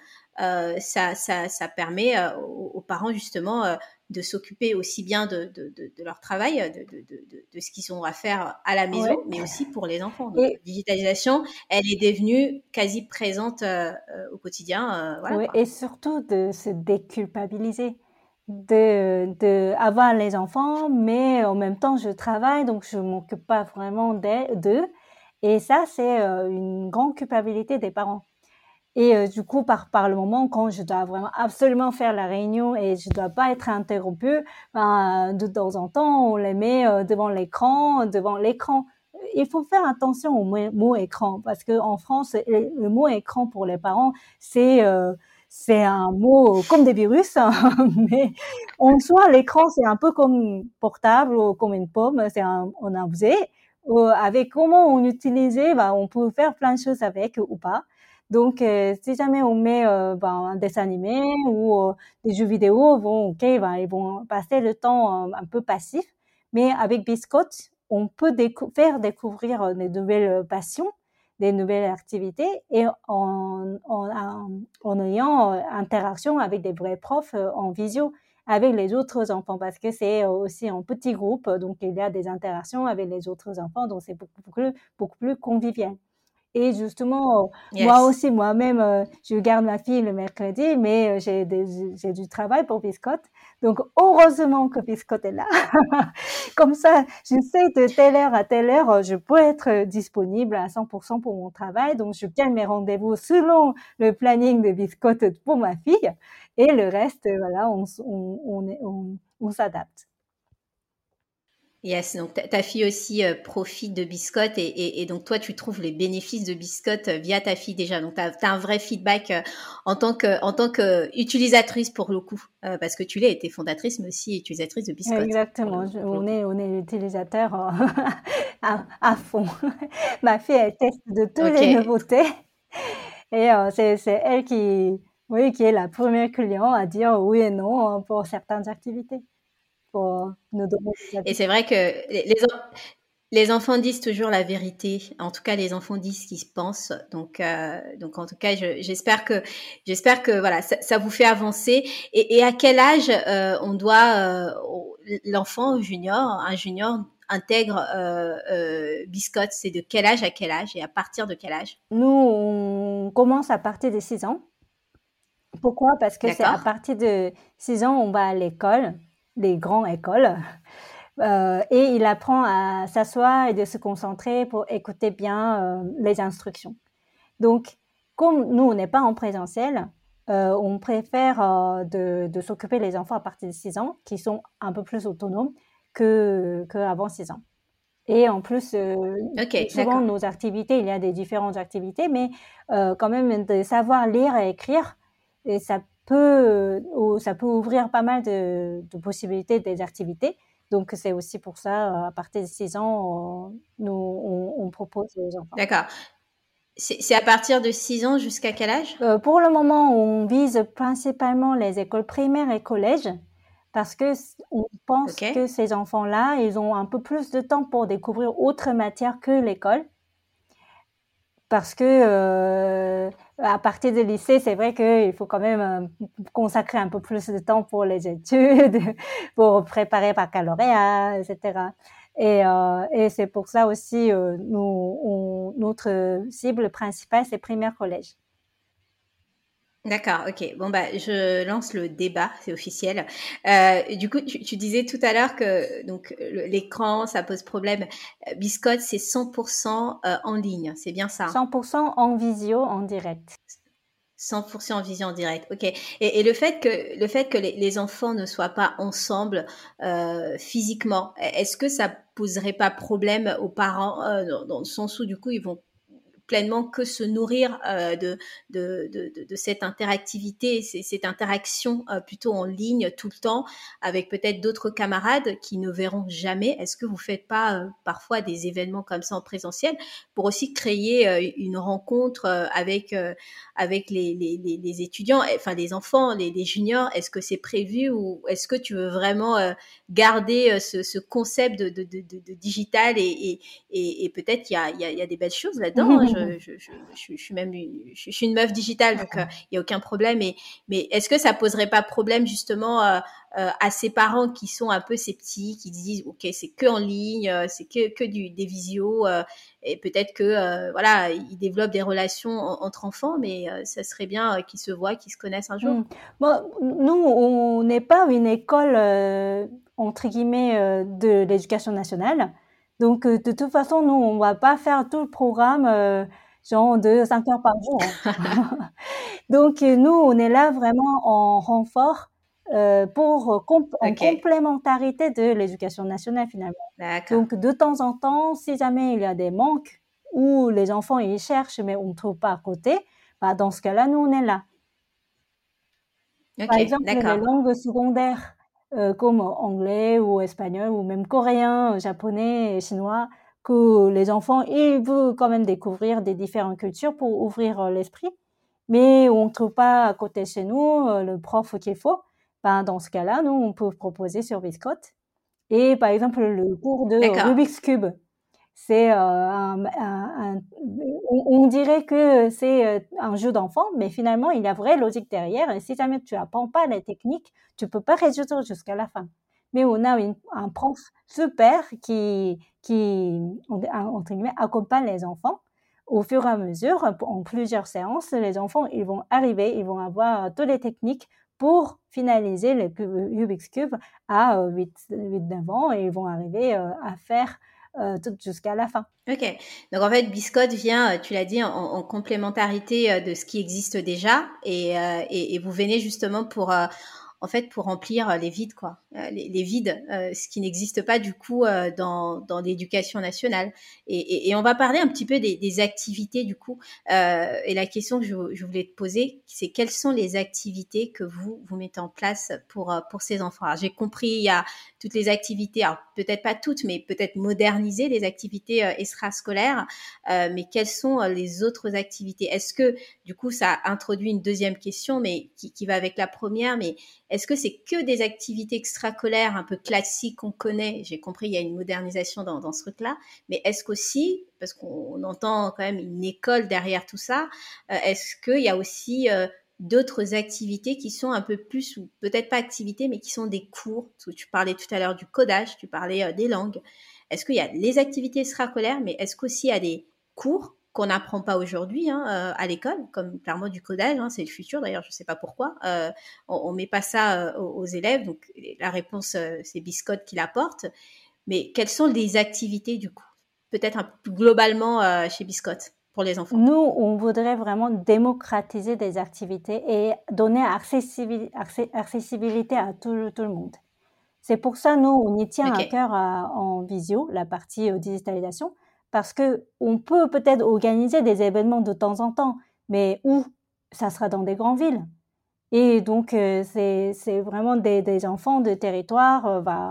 Speaker 1: ça permet aux parents justement de s'occuper aussi bien de leur travail, de ce qu'ils ont à faire à la
Speaker 2: Ouais.
Speaker 1: maison, mais aussi pour les enfants. Donc, la
Speaker 2: Et,
Speaker 1: digitalisation, elle est devenue quasi présente au quotidien. Voilà
Speaker 2: ouais,
Speaker 1: quoi.
Speaker 2: et surtout de se déculpabiliser, de avoir les enfants, mais en même temps je travaille, donc je m'occupe pas vraiment d'eux. Et ça, c'est une grande culpabilité des parents. Et du coup, par le moment quand je dois vraiment absolument faire la réunion et je dois pas être interrompue, ben, de temps en temps, on les met devant l'écran. Il faut faire attention au mot écran parce que en France, le mot écran pour les parents, c'est un mot comme des virus, hein, mais en soi, l'écran, c'est un peu comme portable ou comme une pomme, on a objet. Avec comment on utilisait, ben, on peut faire plein de choses avec ou pas. Donc, si jamais on met un dessin animé ou des jeux vidéo, bon, ok, ben, ils vont passer le temps un peu passif. Mais avec Biscotte, on peut faire découvrir des nouvelles passions, des nouvelles activités et en ayant interaction avec des vrais profs en visio avec les autres enfants parce que c'est aussi un petit groupe, donc il y a des interactions avec les autres enfants, donc c'est beaucoup plus convivial. Et justement, moi
Speaker 1: Yes.
Speaker 2: aussi, moi-même, je garde ma fille le mercredi, mais j'ai du travail pour Biscotte. Donc, heureusement que Biscotte est là. Comme ça, je sais de telle heure à telle heure, je peux être disponible à 100% pour mon travail. Donc, je gagne mes rendez-vous selon le planning de Biscotte pour ma fille. Et le reste, voilà, on s'adapte.
Speaker 1: Yes, donc ta fille aussi profite de Biscotte et donc toi tu trouves les bénéfices de Biscotte via ta fille déjà. Donc tu as un vrai feedback en tant que utilisatrice pour le coup parce que tu l'as été fondatrice mais aussi utilisatrice de Biscotte
Speaker 2: Exactement,
Speaker 1: pour le coup.
Speaker 2: on est utilisateur à fond. Ma fille, elle teste de toutes
Speaker 1: Ok.
Speaker 2: les nouveautés et c'est elle oui, qui est la première client à dire oui et non pour certaines activités, pour nous donner des
Speaker 1: Et
Speaker 2: avis.
Speaker 1: c'est vrai que les enfants disent toujours la vérité. En tout cas, les enfants disent ce qu'ils pensent. Donc en tout cas, j'espère que voilà, ça vous fait avancer. Et à quel âge on doit l'enfant un junior intègre Biscotte? C'est de quel âge à quel âge et à partir de quel âge?
Speaker 2: Nous, on commence à partir de 6 ans. Pourquoi? Parce que c'est à
Speaker 1: D'accord?
Speaker 2: partir de 6 ans, on va à l'école, les grandes écoles. Et il apprend à s'asseoir et de se concentrer pour écouter bien les instructions. Donc, comme nous, on n'est pas en présentiel, on préfère de s'occuper des enfants à partir de 6 ans, qui sont un peu plus autonomes qu'avant 6 ans. Et en plus,
Speaker 1: Ok,
Speaker 2: souvent,
Speaker 1: d'accord.
Speaker 2: nos activités, il y a des différentes activités, mais quand même, de savoir lire et écrire, et ça peut ouvrir pas mal de possibilités des activités. Donc, c'est aussi pour ça, à partir de 6 ans, on propose aux enfants.
Speaker 1: D'accord. C'est à partir de 6 ans jusqu'à quel âge?
Speaker 2: Pour le moment, on vise principalement les écoles primaires et collèges parce que on pense
Speaker 1: Ok.
Speaker 2: que ces enfants-là, ils ont un peu plus de temps pour découvrir autre matière que l'école parce que à partir du lycée, c'est vrai qu'il faut quand même consacrer un peu plus de temps pour les études, pour préparer baccalauréat, etc. Et c'est pour ça aussi, notre cible principale, c'est primaire collège.
Speaker 1: D'accord, ok. Bon, bah, je lance le débat, c'est officiel. Du coup, tu disais tout à l'heure que donc l'écran, ça pose problème. Biscotte, c'est 100% en ligne, c'est bien ça?
Speaker 2: 100% en visio, en direct.
Speaker 1: 100% en vision directe, ok. Et le fait que les enfants ne soient pas ensemble physiquement, est-ce que ça poserait pas problème aux parents dans le sens où du coup ils vont pleinement que se nourrir de cette interactivité, cette interaction plutôt en ligne tout le temps avec peut-être d'autres camarades qui ne verront jamais. Est-ce que vous faites pas parfois des événements comme ça en présentiel pour aussi créer une rencontre avec les étudiants, enfin les enfants, les juniors? Est-ce que c'est prévu ou est-ce que tu veux vraiment garder ce concept de digital et peut-être il y a des belles choses là-dedans. Hein. Je suis même je suis une meuf digitale, donc il y a aucun problème. Mais est-ce que ça poserait pas problème justement à ces parents qui sont un peu sceptiques, qui disent ok c'est que en ligne, c'est que des visios et peut-être que voilà ils développent des relations entre enfants, mais ça serait bien qu'ils se voient, qu'ils se connaissent un jour.
Speaker 2: Bon, nous, on n'est pas une école, entre guillemets, de l'éducation nationale. Donc, de toute façon, nous, on va pas faire tout le programme, genre de 5 heures par jour. Donc, nous, on est là vraiment en renfort, en
Speaker 1: Ok,
Speaker 2: complémentarité de l'éducation nationale, finalement.
Speaker 1: d'accord.
Speaker 2: Donc, de temps en temps, si jamais il y a des manques ou les enfants, ils cherchent, mais on ne trouve pas à côté, bah, dans ce cas-là, nous, on est là. Par
Speaker 1: Ok,
Speaker 2: exemple, les
Speaker 1: d'accord.
Speaker 2: langues secondaires, comme anglais ou espagnol ou même coréen, japonais et chinois, que les enfants, ils veulent quand même découvrir des différentes cultures pour ouvrir l'esprit, mais on ne trouve pas à côté chez nous le prof qu'il faut. Ben, dans ce cas-là, nous, on peut proposer sur Biscotte. Et par exemple, le cours de
Speaker 1: D'accord.
Speaker 2: Rubik's Cube, c'est on dirait que c'est un jeu d'enfant, mais finalement, il y a vraie logique derrière. Et si jamais tu apprends pas les techniques, tu peux pas résoudre jusqu'à la fin. Mais on a un prof super entre guillemets, accompagne les enfants au fur et à mesure, en plusieurs séances. Les enfants, ils vont arriver, ils vont avoir toutes les techniques pour finaliser le Rubik's Cube à 8-9 ans et ils vont arriver à faire tout jusqu'à la fin.
Speaker 1: Ok. Donc en fait, Biscotte vient, tu l'as dit, en complémentarité de ce qui existe déjà, et vous venez justement pour, en fait, pour remplir les vides, quoi, les vides, ce qui n'existe pas du coup dans l'éducation nationale. Et on va parler un petit peu des activités du coup. Et la question que je voulais te poser, c'est quelles sont les activités que vous mettez en place pour ces enfants. Alors j'ai compris, il y a toutes les activités, alors peut-être pas toutes, mais peut-être moderniser les activités extrascolaires. Mais quelles sont les autres activités? Est-ce que, du coup, ça introduit une deuxième question, mais qui va avec la première, mais est-ce que c'est que des activités extrascolaires un peu classiques qu'on connaît? J'ai compris, il y a une modernisation dans ce truc-là, mais est-ce qu'aussi, parce qu'on entend quand même une école derrière tout ça, est-ce qu'il y a aussi d'autres activités qui sont un peu plus, ou peut-être pas activités, mais qui sont des cours? Parce que tu parlais tout à l'heure du codage, tu parlais des langues. Est-ce qu'il y a les activités extrascolaires, mais est-ce qu'aussi il y a des cours qu'on n'apprend pas aujourd'hui hein, à l'école, comme clairement du codage, hein, c'est le futur d'ailleurs, je ne sais pas pourquoi, on met pas ça aux élèves, donc la réponse c'est Biscotte qui l'apporte, mais quelles sont les activités du coup? Peut-être un peu plus globalement chez Biscotte pour les enfants.
Speaker 2: Nous, on voudrait vraiment démocratiser des activités et donner accessibilité à tout le monde. C'est pour ça, nous, on y tient à
Speaker 1: Ok,
Speaker 2: cœur en visio, la partie digitalisation, parce que on peut peut-être organiser des événements de temps en temps, mais où ça sera dans des grandes villes. Et donc, c'est vraiment des enfants de territoires,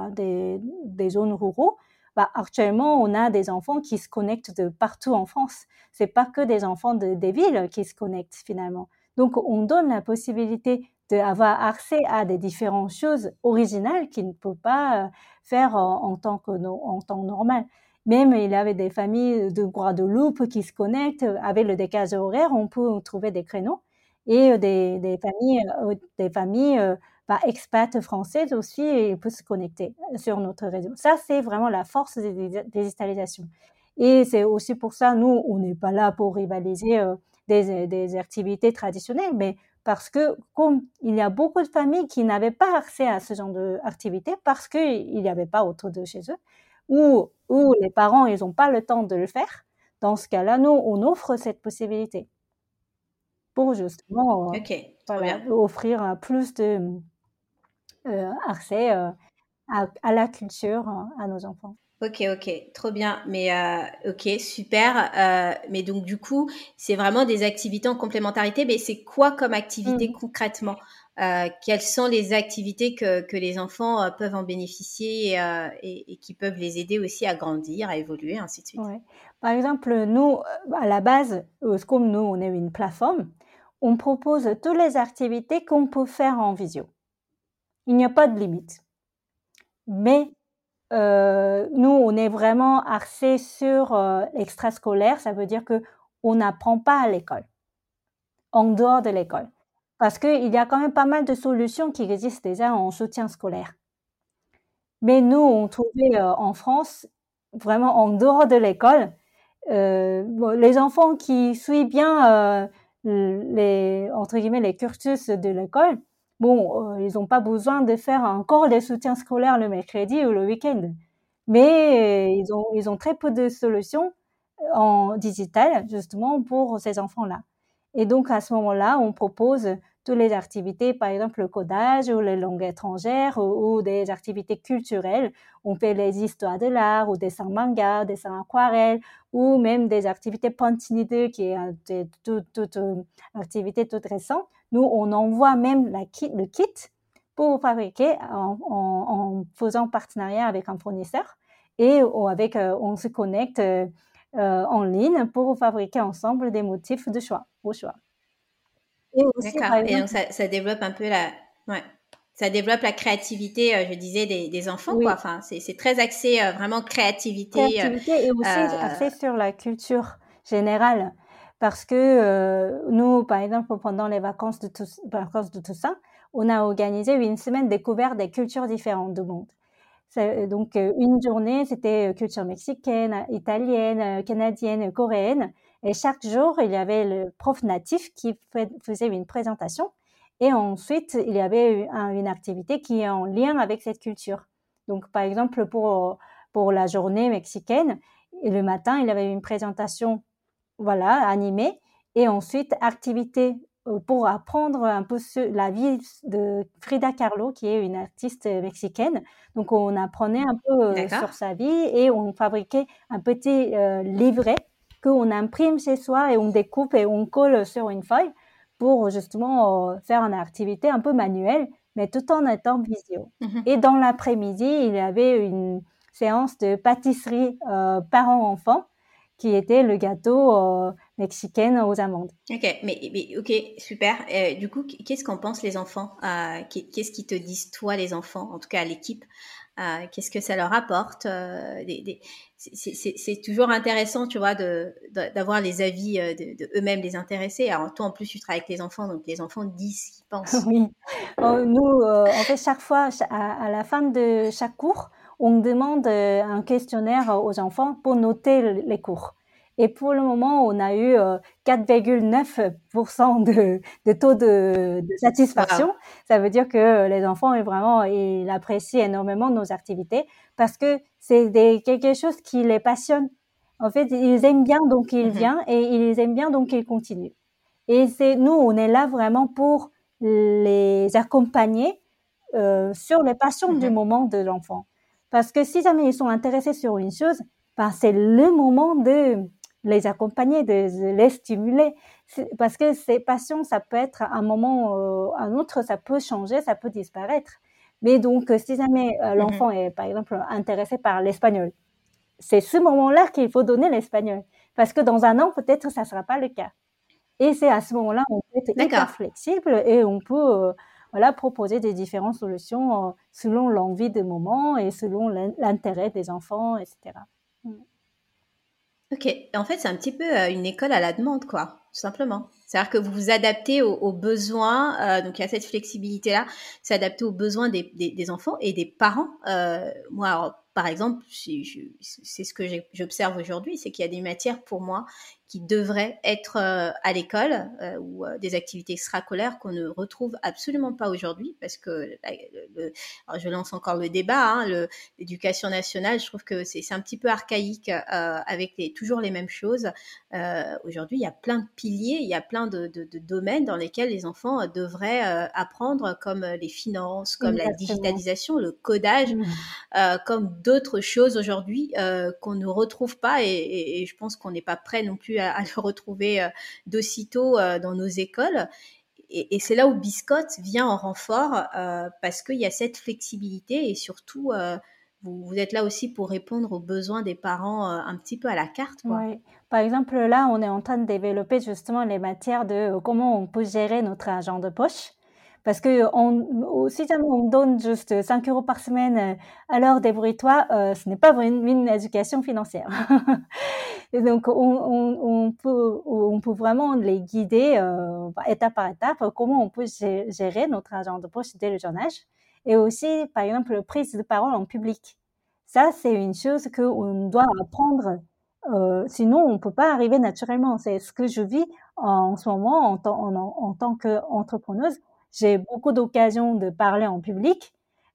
Speaker 2: des zones ruraux. Bah, actuellement, on a des enfants qui se connectent de partout en France. C'est pas que des enfants des villes qui se connectent finalement. Donc, on donne la possibilité d'avoir accès à des différentes choses originales qu'ils ne peuvent pas faire en temps normal. Même il y avait des familles de Guadeloupe qui se connectent. Avec le décalage horaire, on peut trouver des créneaux. Et des familles expats françaises aussi, et peuvent se connecter sur notre réseau. Ça, c'est vraiment la force des digitalisations. Et c'est aussi pour ça, nous, on n'est pas là pour rivaliser des activités traditionnelles, mais parce que comme il y a beaucoup de familles qui n'avaient pas accès à ce genre d'activités parce qu'il n'y avait pas autour de chez eux, ou les parents, ils n'ont pas le temps de le faire, dans ce cas-là, nous, on offre cette possibilité pour justement
Speaker 1: Ok, trop bien.
Speaker 2: offrir plus de accès à la culture à nos enfants.
Speaker 1: Ok, ok, trop bien. Mais ok, super. Mais donc du coup, c'est vraiment des activités en complémentarité. Mais c'est quoi comme activité
Speaker 2: Mm.
Speaker 1: concrètement? Quelles sont les activités que les enfants peuvent en bénéficier et qui peuvent les aider aussi à grandir, à évoluer, ainsi de suite?
Speaker 2: Ouais. Par exemple, nous, à la base, comme nous, on est une plateforme, on propose toutes les activités qu'on peut faire en visio. Il n'y a pas de limite. Mais nous, on est vraiment axé sur l'extrascolaire. Ça veut dire que on n'apprend pas à l'école, en dehors de l'école. Parce qu'il y a quand même pas mal de solutions qui existent déjà en soutien scolaire. Mais nous, on trouvait en France, vraiment en dehors de l'école, les enfants qui suivent bien entre guillemets, les cursus de l'école, bon, ils n'ont pas besoin de faire encore des soutiens scolaires le mercredi ou le week-end. Mais ils ont très peu de solutions en digital, justement, pour ces enfants-là. Et donc, à ce moment-là, on propose toutes les activités, par exemple le codage ou les langues étrangères ou des activités culturelles. On fait les histoires de l'art ou dessin manga, dessin aquarelle ou même des activités Pantinide qui est toute activité toute récente. Nous, on envoie même le kit pour fabriquer en faisant partenariat avec un fournisseur et on se connecte en ligne pour fabriquer ensemble des motifs de choix, au choix. Et aussi,
Speaker 1: D'accord.
Speaker 2: par
Speaker 1: Et donc
Speaker 2: exemple,
Speaker 1: ça développe un peu ouais. Ça développe la créativité, je disais, des enfants, quoi.
Speaker 2: oui,
Speaker 1: Enfin, c'est très axé vraiment créativité.
Speaker 2: créativité et aussi
Speaker 1: Euh,
Speaker 2: axé sur la culture générale. Parce que nous, par exemple, pendant les vacances de Toussaint, on a organisé une semaine découverte des cultures différentes du monde. Donc, une journée, c'était culture mexicaine, italienne, canadienne, coréenne. Et chaque jour, il y avait le prof natif qui faisait une présentation. Et ensuite, il y avait une activité qui est en lien avec cette culture. Donc, par exemple, pour la journée mexicaine, le matin, il y avait une présentation, voilà, animée. Et ensuite, activité pour apprendre un peu la vie de Frida Kahlo, qui est une artiste mexicaine. Donc, on apprenait un peu
Speaker 1: d'accord.
Speaker 2: sur sa vie et on fabriquait un petit livret qu'on imprime chez soi et on découpe et on colle sur une feuille pour justement faire une activité un peu manuelle, mais tout en étant visio.
Speaker 1: Mhm.
Speaker 2: Et dans l'après-midi, il y avait une séance de pâtisserie parents-enfants qui était le gâteau mexicain aux amandes.
Speaker 1: Ok, mais ok, super. Du coup, qu'est-ce qu'en pensent les enfants? Qu'est-ce qu'ils te disent, toi, les enfants, en tout cas à l'équipe? Qu'est-ce que ça leur apporte? C'est toujours intéressant, tu vois, d'avoir les avis de eux-mêmes, les intéressés. Alors, toi, en plus, tu travailles avec les enfants, donc les enfants disent ce qu'ils pensent.
Speaker 2: Oui, nous, en fait, chaque fois, à la fin de chaque cours, on demande un questionnaire aux enfants pour noter les cours. Et pour le moment, on a eu 4,9% de taux de
Speaker 1: Waouh.
Speaker 2: satisfaction. Ça veut dire que les enfants, ils apprécient énormément nos activités parce que c'est quelque chose qui les passionne. En fait, ils aiment bien, donc ils
Speaker 1: Mhm.
Speaker 2: viennent et ils aiment bien, donc ils continuent. Et nous, on est là vraiment pour les accompagner sur les passions du
Speaker 1: Mhm.
Speaker 2: moment de l'enfant. Parce que si jamais ils sont intéressés sur une chose, ben c'est le moment de les accompagner, de les stimuler. Parce que ces passions, ça peut être un moment, un autre, ça peut changer, ça peut disparaître. Mais donc, si jamais l'enfant
Speaker 1: Mhm.
Speaker 2: est, par exemple, intéressé par l'espagnol, c'est ce moment-là qu'il faut donner l'espagnol. Parce que dans un an, peut-être, ça ne sera pas le cas. Et c'est à ce moment-là, on peut être hyper
Speaker 1: D'accord.
Speaker 2: flexible et on peut voilà, proposer des différentes solutions selon l'envie du moment et selon l'intérêt des enfants, etc.
Speaker 1: Ok, en fait, c'est un petit peu une école à la demande, quoi, tout simplement. C'est-à-dire que vous vous adaptez aux besoins, donc il y a cette flexibilité-là, s'adapter aux besoins des enfants et des parents. Moi, alors, par exemple, c'est ce que j'observe aujourd'hui, c'est qu'il y a des matières pour moi qui devraient être à l'école ou des activités extrascolaires qu'on ne retrouve absolument pas aujourd'hui, parce que alors je lance encore le débat, hein, l'éducation nationale, je trouve que c'est un petit peu archaïque avec toujours les mêmes choses. Aujourd'hui, il y a plein de piliers, il y a plein de domaines dans lesquels les enfants devraient apprendre, comme les finances, comme la
Speaker 2: Exactement.
Speaker 1: digitalisation, le codage, comme d'autres choses aujourd'hui qu'on ne retrouve pas et je pense qu'on n'est pas prêt non plus à le retrouver d'aussitôt dans nos écoles. Et c'est là où Biscotte vient en renfort parce qu'il y a cette flexibilité et surtout, vous êtes là aussi pour répondre aux besoins des parents un petit peu à la carte, quoi.
Speaker 2: Oui. Par exemple, là, on est en train de développer justement les matières de comment on peut gérer notre argent de poche. Parce que si jamais on donne juste 5 euros par semaine, alors débrouille-toi, ce n'est pas une éducation financière. Et donc, on peut vraiment les guider étape par étape, comment on peut gérer notre argent de poche dès le jeune âge. Et aussi, par exemple, la prise de parole en public. Ça, c'est une chose qu'on doit apprendre. Sinon, on peut pas arriver naturellement. C'est ce que je vis en ce moment en tant qu'entrepreneuse. J'ai beaucoup d'occasions de parler en public.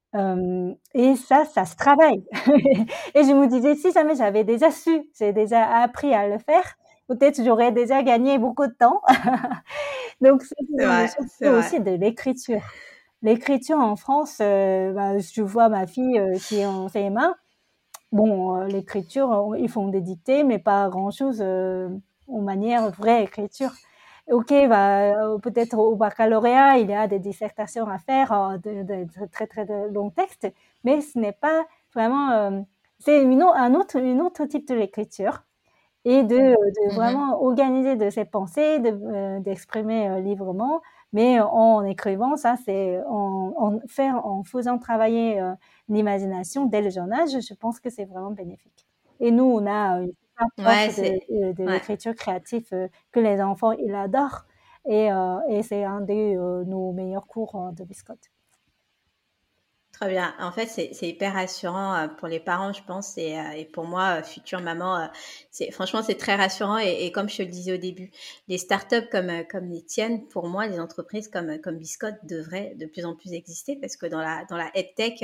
Speaker 2: Et ça se travaille. Et je me disais, si jamais j'avais déjà su, j'ai déjà appris à le faire, peut-être j'aurais déjà gagné beaucoup de temps. Donc, c'est
Speaker 1: C'est
Speaker 2: une
Speaker 1: vrai,
Speaker 2: chose
Speaker 1: c'est vrai.
Speaker 2: aussi de l'écriture. L'écriture en France, je vois ma fille qui est en CM1. Bon, l'écriture, ils font des dictées, mais pas grand-chose en manière vraie écriture. Ok, peut-être au baccalauréat, il y a des dissertations à faire, de très très de longs textes, mais ce n'est pas vraiment. C'est une autre type de l'écriture et de
Speaker 1: Mhm.
Speaker 2: vraiment organiser de ses pensées, d'exprimer librement, mais en écrivant, ça c'est en faisant travailler l'imagination dès le jeune âge, je pense que c'est vraiment bénéfique. Et nous, on a une super prof
Speaker 1: Ouais,
Speaker 2: de
Speaker 1: ouais.
Speaker 2: l'écriture créative que les enfants, ils adorent et c'est un de nos meilleurs cours de biscotte.
Speaker 1: Très bien. En fait, c'est hyper rassurant pour les parents, je pense, et pour moi, future maman, franchement, c'est très rassurant. Et comme je te le disais au début, les startups comme les tiennes, pour moi, les entreprises comme Biscotte devraient de plus en plus exister parce que dans la EdTech,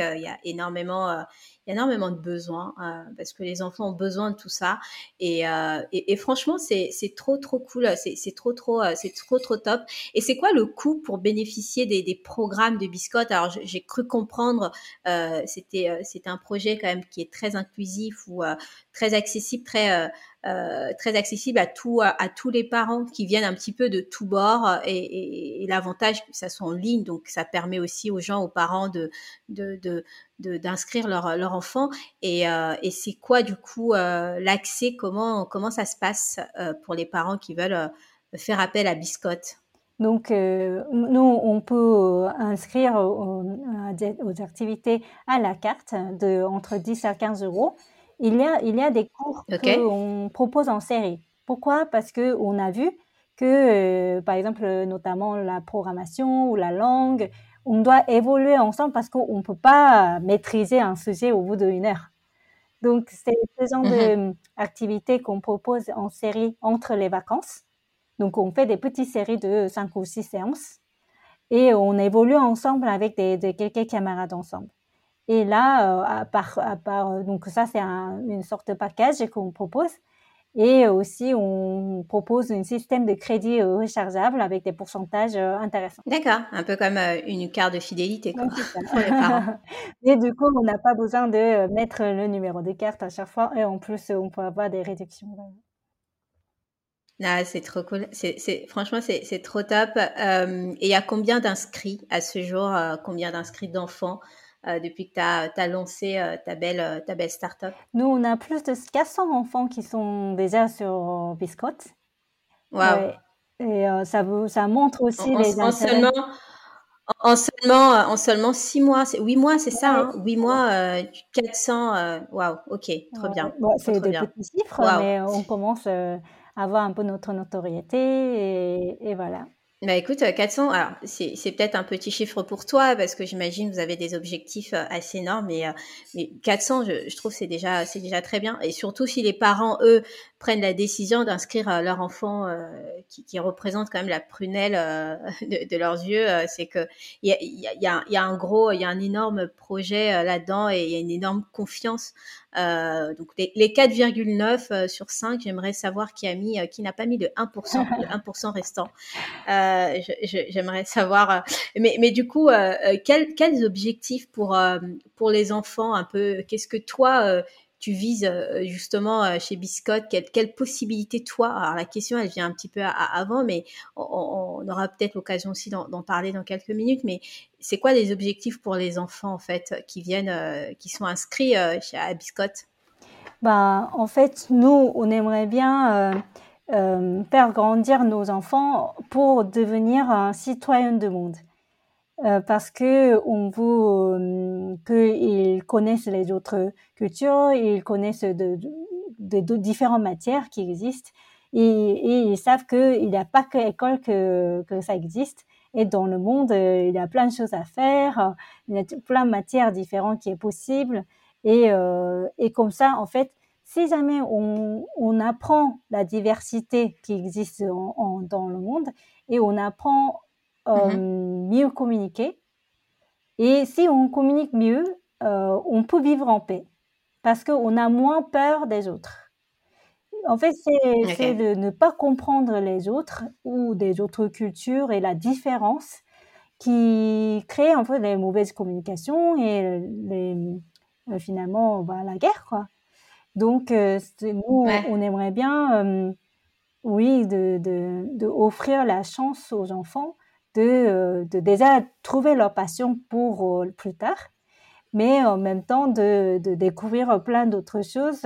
Speaker 1: il y a énormément de besoins parce que les enfants ont besoin de tout ça. Et franchement, c'est trop cool. C'est trop top. Et c'est quoi le coût pour bénéficier des programmes de Biscotte? Alors, j'ai cru comprendre, c'était un projet quand même qui est très inclusif ou très accessible, très accessible à tous les parents qui viennent un petit peu de tous bords. Et l'avantage que ça soit en ligne, donc ça permet aussi aux parents de, de d'inscrire leur enfant et c'est quoi du coup l'accès, comment ça se passe pour les parents qui veulent faire appel à Biscotte?
Speaker 2: Donc, nous, on peut inscrire aux activités à la carte de entre 10 à 15 euros. Il y a des cours
Speaker 1: Ok.
Speaker 2: qu'on propose en série. Pourquoi? Parce que on a vu que, par exemple, notamment la programmation ou la langue, on doit évoluer ensemble parce qu'on ne peut pas maîtriser un sujet au bout d'une heure. Donc, c'est ce genre
Speaker 1: Mhm.
Speaker 2: d'activité qu'on propose en série entre les vacances. Donc, on fait des petites séries de 5 ou 6 séances et on évolue ensemble avec quelques camarades ensemble. Et là, donc ça, c'est une sorte de package qu'on propose. Et aussi, on propose un système de crédit rechargeable avec des pourcentages intéressants.
Speaker 1: D'accord, un peu comme une carte de fidélité,
Speaker 2: Donc,
Speaker 1: quoi,
Speaker 2: c'est ça.
Speaker 1: pour les parents.
Speaker 2: Et du coup, on n'a pas besoin de mettre le numéro de carte à chaque fois. Et en plus, on peut avoir des réductions.
Speaker 1: Ah, c'est trop cool. Franchement, c'est trop top. Et il y a combien d'inscrits à ce jour? Combien d'inscrits d'enfants depuis que tu as lancé ta belle start-up?
Speaker 2: Nous, on a plus de 400 enfants qui sont déjà sur Biscotte.
Speaker 1: Waouh!
Speaker 2: Ouais. Et ça montre aussi les
Speaker 1: En
Speaker 2: intérêts.
Speaker 1: seulement, En seulement 6 mois, 8 mois, c'est ça,
Speaker 2: Ouais,
Speaker 1: hein? 8 mois, 400, waouh, ok, trop
Speaker 2: ouais.
Speaker 1: bien,
Speaker 2: Bon,
Speaker 1: trop,
Speaker 2: c'est
Speaker 1: trop
Speaker 2: des
Speaker 1: bien.
Speaker 2: petits chiffres,
Speaker 1: Waouh.
Speaker 2: mais on commence à avoir un peu notre notoriété et voilà.
Speaker 1: Bah écoute, 400, alors c'est peut-être un petit chiffre pour toi parce que j'imagine vous avez des objectifs assez énormes, mais 400, je trouve c'est déjà très bien. Et surtout si les parents, eux, prennent la décision d'inscrire leur enfant qui représente quand même la prunelle de leurs yeux, c'est que il y a un énorme projet là-dedans et il y a une énorme confiance. Donc les 4,9 sur 5, j'aimerais savoir qui n'a pas mis le 1% restant. J'aimerais savoir. Mais du coup, quels objectifs pour les enfants un peu? Qu'est-ce que toi tu vises justement chez Biscotte? Quelle possibilité toi? Alors la question elle vient un petit peu avant, mais on aura peut-être l'occasion aussi d'en parler dans quelques minutes. Mais c'est quoi les objectifs pour les enfants en fait qui viennent, qui sont inscrits à Biscotte?
Speaker 2: Ben, en fait, nous, on aimerait bien faire grandir nos enfants pour devenir un citoyen du monde. Parce que on veut qu'ils connaissent les autres cultures, ils connaissent de différentes matières qui existent et ils savent qu'il n'y a pas que l'école que ça existe. Et dans le monde, il y a plein de choses à faire, il y a plein de matières différentes qui est possible. Et comme ça, en fait, si jamais on apprend la diversité qui existe dans le monde et on apprend
Speaker 1: Mhm.
Speaker 2: mieux communiquer. Et si on communique mieux, on peut vivre en paix parce qu'on a moins peur des autres. En fait, c'est
Speaker 1: Ok.
Speaker 2: de ne pas comprendre les autres ou des autres cultures et la différence qui crée un peu les mauvaises communications et finalement la guerre, quoi. Donc, nous,
Speaker 1: Ouais.
Speaker 2: on aimerait bien oui, de offrir la chance aux enfants de déjà trouver leur passion pour plus tard, mais en même temps de découvrir plein d'autres choses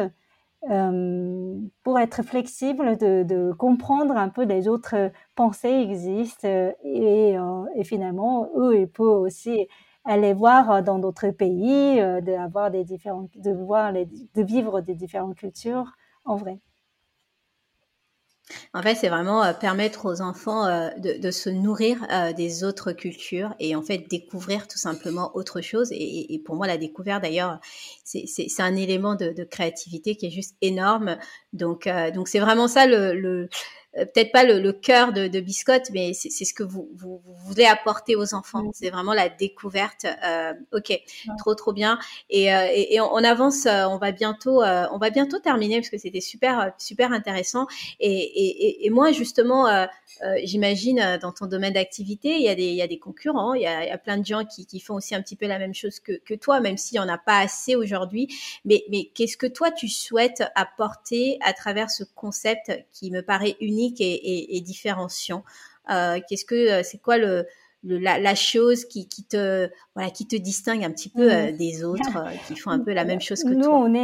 Speaker 2: pour être flexible, de comprendre un peu des autres pensées existent et finalement, eux, ils peuvent aussi aller voir dans d'autres pays, de vivre des différentes cultures en vrai.
Speaker 1: En fait, c'est vraiment permettre aux enfants de se nourrir des autres cultures et en fait découvrir tout simplement autre chose. Et pour moi, la découverte, d'ailleurs, c'est un élément de créativité qui est juste énorme. Donc c'est vraiment ça peut-être pas le cœur de Biscotte, mais c'est ce que vous voulez apporter aux enfants.
Speaker 2: Mm.
Speaker 1: C'est vraiment la découverte. Ok, trop trop bien. Et on avance. On va bientôt terminer parce que c'était super super intéressant. Et moi, justement, j'imagine dans ton domaine d'activité, il y a des concurrents, il y a plein de gens qui font aussi un petit peu la même chose que toi, même s'il n'y en a pas assez aujourd'hui. Mais qu'est-ce que toi, tu souhaites apporter à travers ce concept qui me paraît unique et différenciant? C'est quoi la chose qui te distingue un petit peu
Speaker 2: Mm.
Speaker 1: des autres qui font un peu la même chose que
Speaker 2: Nous,
Speaker 1: toi?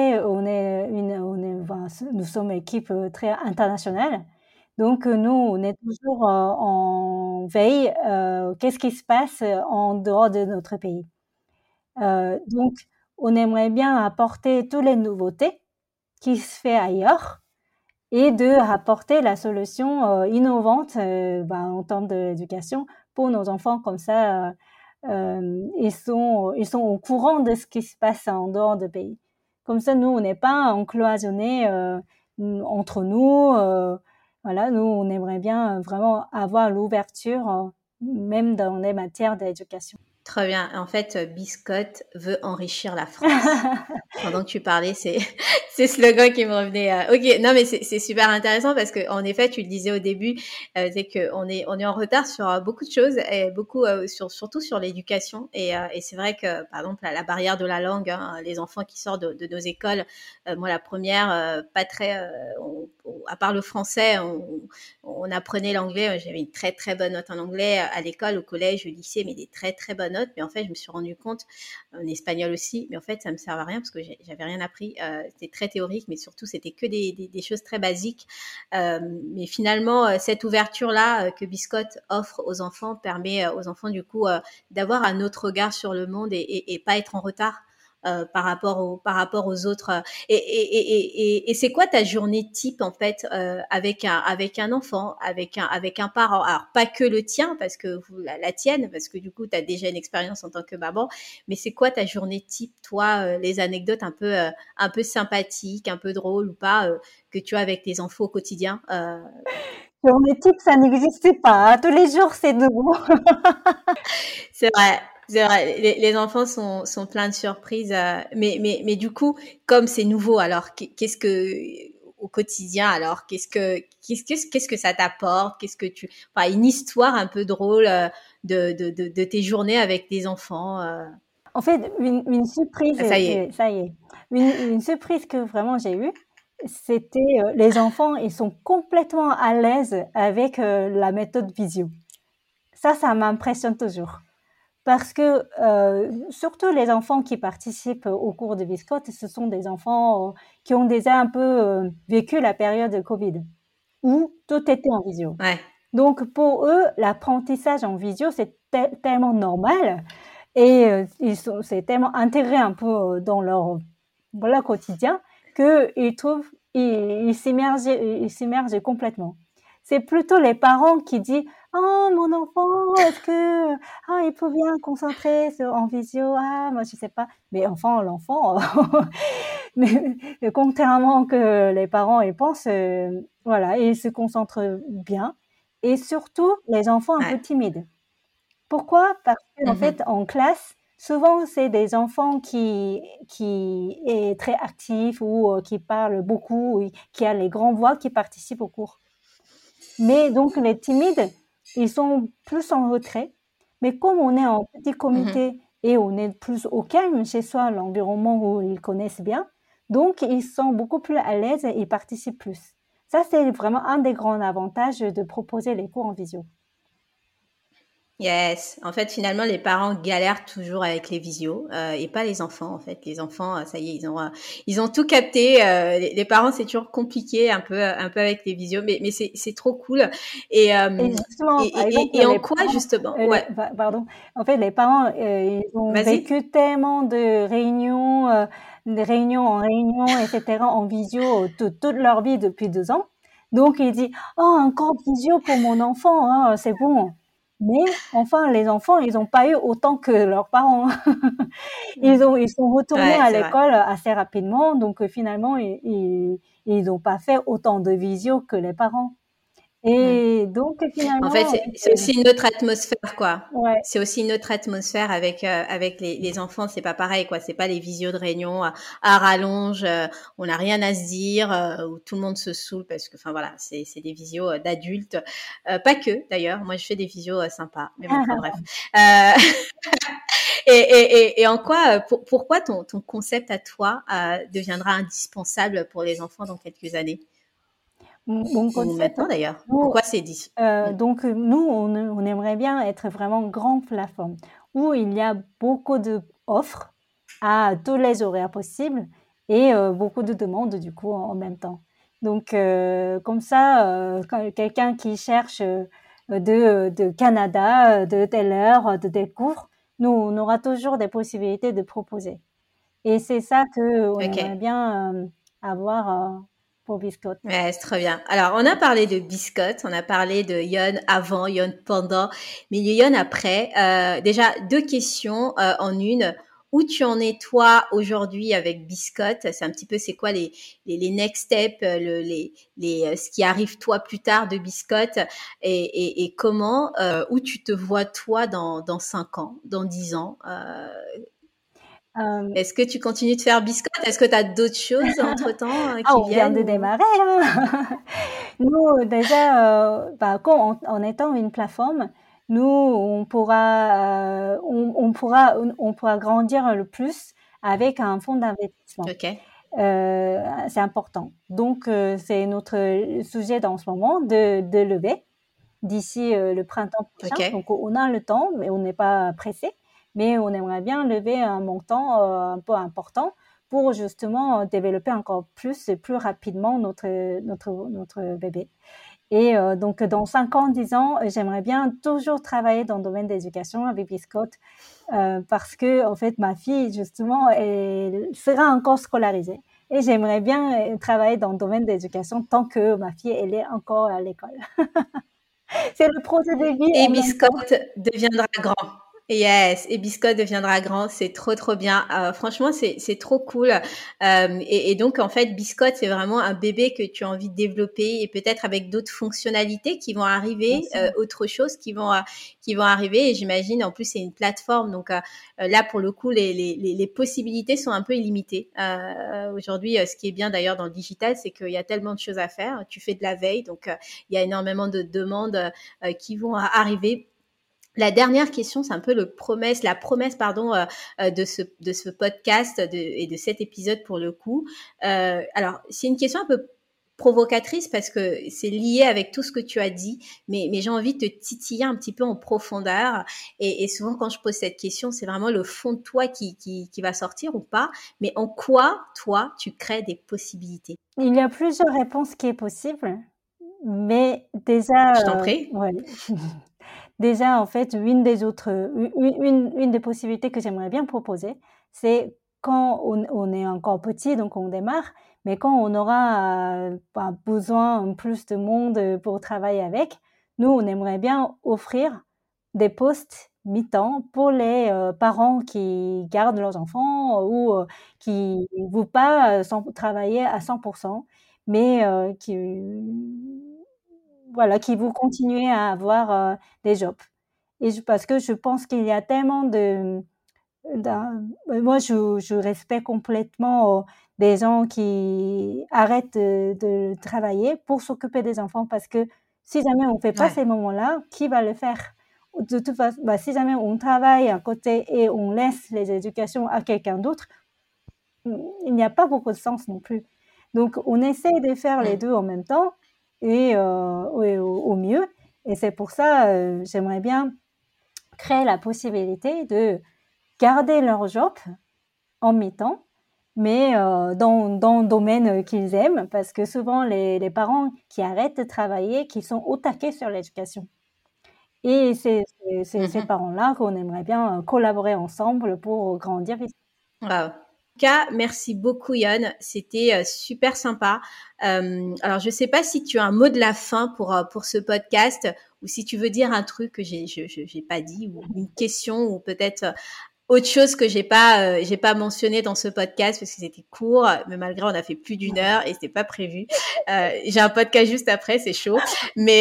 Speaker 2: nous sommes une équipe très internationale. Donc, nous, on est toujours en veille. Qu'est-ce qui se passe en dehors de notre pays? Donc, on aimerait bien apporter toutes les nouveautés qui se fait ailleurs et de apporter la solution innovante en termes d'éducation pour nos enfants. Comme ça, ils sont au courant de ce qui se passe en dehors du pays. Comme ça, nous, on n'est pas encloisonnés entre nous. Voilà, nous, on aimerait bien vraiment avoir l'ouverture, même dans les matières d'éducation.
Speaker 1: Très bien. En fait, Biscotte veut enrichir la France. Pendant que tu parlais, c'est ce slogan qui me revenait. Ok, non mais c'est super intéressant parce que en effet, tu le disais au début, c'est que on est en retard sur beaucoup de choses et beaucoup surtout sur l'éducation et c'est vrai que par exemple la barrière de la langue, hein, les enfants qui sortent de nos écoles, moi la première, pas très,
Speaker 3: à part le français, on apprenait l'anglais. J'avais une très très bonne note en anglais à l'école, au collège, au lycée, mais des très très bonnes notes. Mais en fait, je me suis rendu compte, en espagnol aussi, mais en fait, ça me servait à rien parce que j'avais rien appris. C'était très théorique, mais surtout, c'était que des choses très basiques. Mais finalement, cette ouverture-là que Biscotte offre aux enfants permet aux enfants du coup d'avoir un autre regard sur le monde et pas être en retard par rapport aux autres. Et c'est quoi ta journée type en fait avec un enfant, avec un parent. Alors pas que le tien parce que la tienne parce que du coup tu as déjà une expérience en tant que maman, mais c'est quoi ta journée type toi, les anecdotes un peu sympathiques, un peu drôles ou pas que tu as avec tes enfants au quotidien
Speaker 2: Journée type, ça n'existe pas, hein. Tous les jours, c'est nouveau.
Speaker 3: C'est vrai. C'est vrai, les enfants sont pleins de surprises, mais du coup, comme c'est nouveau, alors qu'est-ce que au quotidien, alors qu'est-ce que ça t'apporte, enfin une histoire un peu drôle de tes journées avec des enfants.
Speaker 2: En fait, une surprise,
Speaker 3: Ça y est.
Speaker 2: ça y est, une surprise que vraiment j'ai eue, c'était les enfants, ils sont complètement à l'aise avec la méthode visio. Ça m'impressionne toujours. Parce que surtout les enfants qui participent au cours de Biscotte, ce sont des enfants qui ont déjà un peu vécu la période de Covid, où tout était en visio.
Speaker 3: Ouais.
Speaker 2: Donc pour eux, l'apprentissage en visio, c'est tellement normal et c'est tellement intégré un peu dans leur voilà, quotidien qu'ils trouvent, ils s'immergent complètement. C'est plutôt les parents qui disent oh mon enfant, est-ce que il peut bien concentrer en visio, moi je sais pas. Mais enfin l'enfant, mais contrairement que les parents ils pensent, voilà, ils se concentrent bien. Et surtout les enfants un
Speaker 3: Ouais.
Speaker 2: peu timides. Pourquoi? Parce qu'en
Speaker 3: Mhm.
Speaker 2: fait, en classe, souvent, c'est des enfants qui est très actifs ou qui parlent beaucoup, ou qui a les grandes voix qui participent au cours. Mais donc, les timides, ils sont plus en retrait. Mais comme on est en petit
Speaker 3: Mhm.
Speaker 2: comité et on est plus au calme chez soi, l'environnement où ils connaissent bien, donc ils sont beaucoup plus à l'aise et ils participent plus. Ça, c'est vraiment un des grands avantages de proposer les cours en visio.
Speaker 3: Yes. En fait, finalement, les parents galèrent toujours avec les visios et pas les enfants. En fait, les enfants, ça y est, ils ont tout capté. Les parents, c'est toujours compliqué un peu avec les visios, mais c'est trop cool. Et,
Speaker 2: Et
Speaker 3: euh,
Speaker 2: justement, par exemple,
Speaker 3: et en
Speaker 2: les
Speaker 3: quoi
Speaker 2: parents,
Speaker 3: justement? Ouais.
Speaker 2: pardon, en fait, les parents, ils ont
Speaker 3: Vas-y.
Speaker 2: vécu tellement de réunions en réunion, etc., en visio, toute leur vie depuis 2 ans. Donc, ils disent, oh, encore visio pour mon enfant, hein, c'est bon. Mais enfin, les enfants, ils n'ont pas eu autant que leurs parents. Ils sont retournés
Speaker 3: Ouais,
Speaker 2: à
Speaker 3: c'est vrai.
Speaker 2: l'école assez rapidement, donc finalement, ils n'ont pas fait autant de visio que les parents.
Speaker 3: Hmm.
Speaker 2: Et donc
Speaker 3: En fait,
Speaker 2: finalement,
Speaker 3: c'est aussi une autre atmosphère, quoi.
Speaker 2: ouais,
Speaker 3: C'est aussi une autre atmosphère avec les enfants. C'est pas pareil, quoi. C'est pas les visios de réunion à rallonge. On n'a rien à se dire, où tout le monde se saoule parce que, enfin voilà, c'est des visios d'adultes. Pas que, d'ailleurs. Moi, je fais des visios sympas. Mais bon, enfin bref. Euh, et en quoi, pourquoi ton concept à toi deviendra indispensable pour les enfants dans quelques années
Speaker 2: mon
Speaker 3: ou
Speaker 2: concept,
Speaker 3: maintenant d'ailleurs?
Speaker 2: nous,
Speaker 3: Pourquoi c'est dit?
Speaker 2: donc nous, on aimerait bien être vraiment grande plateforme où il y a beaucoup d'offres à tous les horaires possibles et beaucoup de demandes du coup en même temps. Donc comme ça, quand quelqu'un qui cherche de Canada, de telle heure, de tel cours, nous, on aura toujours des possibilités de proposer. Et c'est ça que on aimerait
Speaker 3: Ok.
Speaker 2: bien avoir pour Biscotte.
Speaker 3: Ouais, c'est très bien. Alors, on a parlé de biscottes, on a parlé de Yon avant, Yon pendant, mais Yon après. Déjà, deux questions en une. Où tu en es toi aujourd'hui avec biscotte? C'est un petit peu, c'est quoi les next steps, ce qui arrive toi plus tard de biscotte et comment, où tu te vois toi dans 5 ans, dans 10 ans?
Speaker 2: Euh,
Speaker 3: Est-ce que tu continues de faire biscotte? Est-ce que tu as d'autres choses entre-temps qui
Speaker 2: on vient
Speaker 3: viennent
Speaker 2: de
Speaker 3: ou...
Speaker 2: démarrer, hein. Nous, déjà, en étant une plateforme, nous, on pourra grandir le plus avec un fonds d'investissement.
Speaker 3: Ok.
Speaker 2: c'est important. Donc, c'est notre sujet dans ce moment de lever d'ici le printemps prochain.
Speaker 3: Ok.
Speaker 2: Donc, on a le temps, mais on n'est pas pressé. Mais on aimerait bien lever un montant un peu important pour justement développer encore plus et plus rapidement notre bébé. Et donc, dans 5 ans, 10 ans, j'aimerais bien toujours travailler dans le domaine de l'éducation avec Biscotte parce que, en fait, ma fille, justement, elle sera encore scolarisée. Et j'aimerais bien travailler dans le domaine de l'éducation tant que ma fille, elle est encore à l'école. C'est le projet de vie
Speaker 3: Et
Speaker 2: en même temps.
Speaker 3: Biscotte deviendra grand. Yes, et Biscotte deviendra grand, c'est trop trop bien. Franchement, c'est trop cool. Et donc en fait, Biscotte, c'est vraiment un bébé que tu as envie de développer et peut-être avec d'autres fonctionnalités qui vont arriver, autre chose qui vont arriver. Et j'imagine, en plus, c'est une plateforme, donc là pour le coup, les possibilités sont un peu illimitées. Aujourd'hui, ce qui est bien d'ailleurs dans le digital, c'est qu'il y a tellement de choses à faire. Tu fais de la veille, donc il y a énormément de demandes qui vont arriver. La dernière question, c'est un peu la promesse, de ce podcast et de cet épisode pour le coup. Alors, c'est une question un peu provocatrice parce que c'est lié avec tout ce que tu as dit, mais j'ai envie de te titiller un petit peu en profondeur. Et souvent, quand je pose cette question, c'est vraiment le fond de toi qui va sortir ou pas. Mais en quoi, toi, tu crées des possibilités?
Speaker 2: Il y a plusieurs réponses qui est possible, mais déjà,
Speaker 3: Je t'en prie.
Speaker 2: ouais. Déjà, en fait, une des possibilités que j'aimerais bien proposer, c'est quand on est encore petit, donc on démarre, mais quand on aura besoin plus de monde pour travailler avec, nous, on aimerait bien offrir des postes mi-temps pour les parents qui gardent leurs enfants ou qui ne veulent pas travailler à 100%, mais voilà, qui vont continuer à avoir des jobs. Et parce que je pense qu'il y a tellement moi, je respecte complètement des gens qui arrêtent de travailler pour s'occuper des enfants parce que si jamais on fait pas
Speaker 3: Ouais.
Speaker 2: ces moments-là, qui va le faire? De toute façon, si jamais on travaille à côté et on laisse les éducations à quelqu'un d'autre, il n'y a pas beaucoup de sens non plus. Donc, on essaie de faire les deux en même temps et au mieux. Et c'est pour ça, j'aimerais bien créer la possibilité de garder leur job en mi-temps, mais dans le domaine qu'ils aiment, parce que souvent, les parents qui arrêtent de travailler, qui sont au taquet sur l'éducation. Et c'est ces parents-là qu'on aimerait bien collaborer ensemble pour grandir vite.
Speaker 3: Wow. En tout cas, merci beaucoup Yon, c'était super sympa. Alors je sais pas si tu as un mot de la fin pour ce podcast ou si tu veux dire un truc que j'ai pas dit ou une question ou peut-être autre chose que j'ai pas mentionné dans ce podcast parce que c'était court, mais malgré on a fait plus d'1 heure et c'était pas prévu. J'ai un podcast juste après, c'est chaud. Mais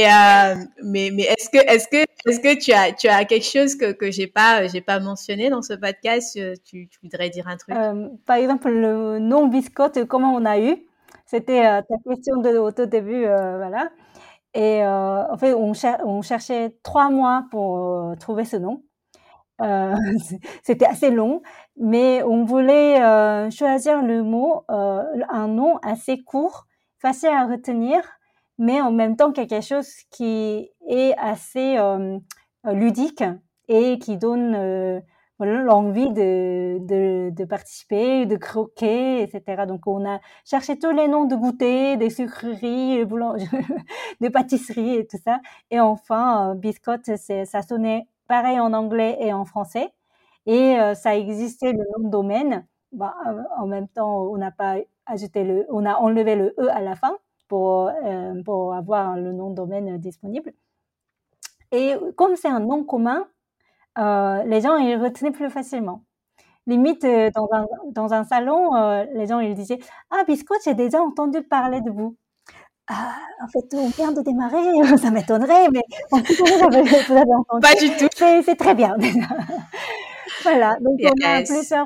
Speaker 3: est-ce que tu as quelque chose que j'ai pas mentionné dans ce podcast? Tu voudrais dire un truc?
Speaker 2: Par exemple, le nom Biscotte, comment on a eu? C'était ta question au tout début, voilà. Et en fait, on cherchait 3 mois pour trouver ce nom. Euh, C'était assez long, mais on voulait choisir le mot, un nom assez court, facile à retenir, mais en même temps quelque chose qui est assez ludique et qui donne voilà, l'envie de participer, de croquer, etc. Donc on a cherché tous les noms de goûter, des sucreries, de pâtisseries et tout ça. Et enfin, Biscotte, ça sonnait pareil en anglais et en français. Et ça existait le nom de domaine. En même temps, on a enlevé le E à la fin pour avoir le nom de domaine disponible. Et comme c'est un nom commun, les gens ils retenaient plus facilement. Limite, dans un salon, les gens ils disaient ah Biscotte, j'ai déjà entendu parler de vous. Ah, en fait, on vient de démarrer, ça m'étonnerait, mais en tout cas, vous avez entendu.
Speaker 3: Pas du tout.
Speaker 2: C'est très bien. Voilà, donc on a
Speaker 3: Yes.
Speaker 2: plusieurs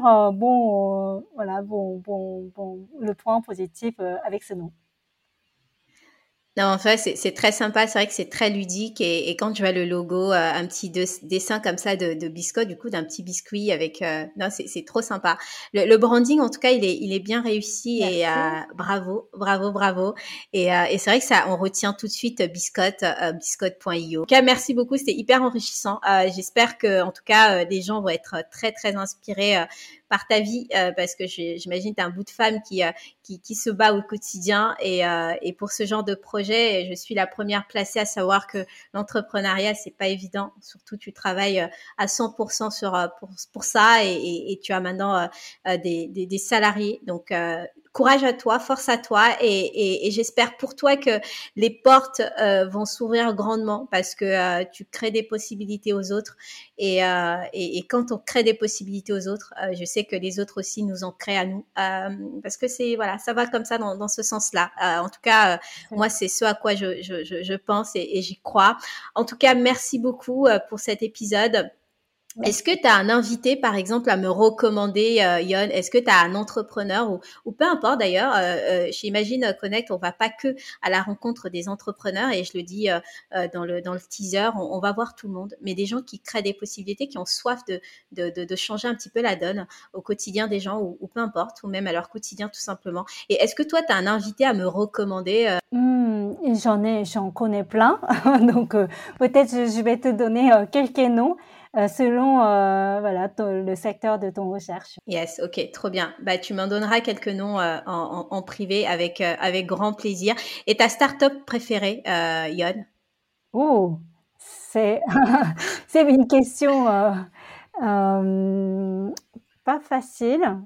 Speaker 2: le point positif avec ce nom.
Speaker 3: Non, enfin, c'est très sympa. C'est vrai que c'est très ludique. Et quand je vois le logo, un petit dessin comme ça de biscotte, du coup, d'un petit biscuit avec... non, c'est trop sympa. Le branding, en tout cas, il est bien réussi.
Speaker 2: Merci.
Speaker 3: Et bravo, bravo, bravo. Et c'est vrai que ça, on retient tout de suite biscotte, biscotte.io. En tout cas, merci beaucoup. C'était hyper enrichissant. J'espère que, en tout cas, les gens vont être très, très inspirés par ta vie, parce que j'imagine tu es un bout de femme qui se bat au quotidien et pour ce genre de projet, je suis la première placée à savoir que l'entrepreneuriat c'est pas évident, surtout tu travailles à 100% pour ça et tu as maintenant des salariés, donc courage à toi, force à toi et j'espère pour toi que les portes vont s'ouvrir grandement parce que tu crées des possibilités aux autres et quand on crée des possibilités aux autres, je sais que les autres aussi nous en créent à nous parce que c'est voilà, ça va comme ça dans ce sens-là. En tout cas, moi c'est ce à quoi je pense et j'y crois. En tout cas, merci beaucoup pour cet épisode. Est-ce que tu as un invité, par exemple, à me recommander, Yon? Est-ce que tu as un entrepreneur ou peu importe d'ailleurs, chez Imagine Connect, on va pas que à la rencontre des entrepreneurs et je le dis dans le teaser, on va voir tout le monde, mais des gens qui créent des possibilités, qui ont soif de changer un petit peu la donne au quotidien des gens ou peu importe, ou même à leur quotidien tout simplement. Et est-ce que toi, tu as un invité à me recommander
Speaker 2: J'en connais plein, donc peut-être je vais te donner quelques noms. Selon voilà le secteur de ton recherche.
Speaker 3: Yes, ok, trop bien. Bah, tu m'en donneras quelques noms en privé avec grand plaisir. Et ta start-up préférée, Yon?
Speaker 2: Oh, c'est c'est une question pas facile.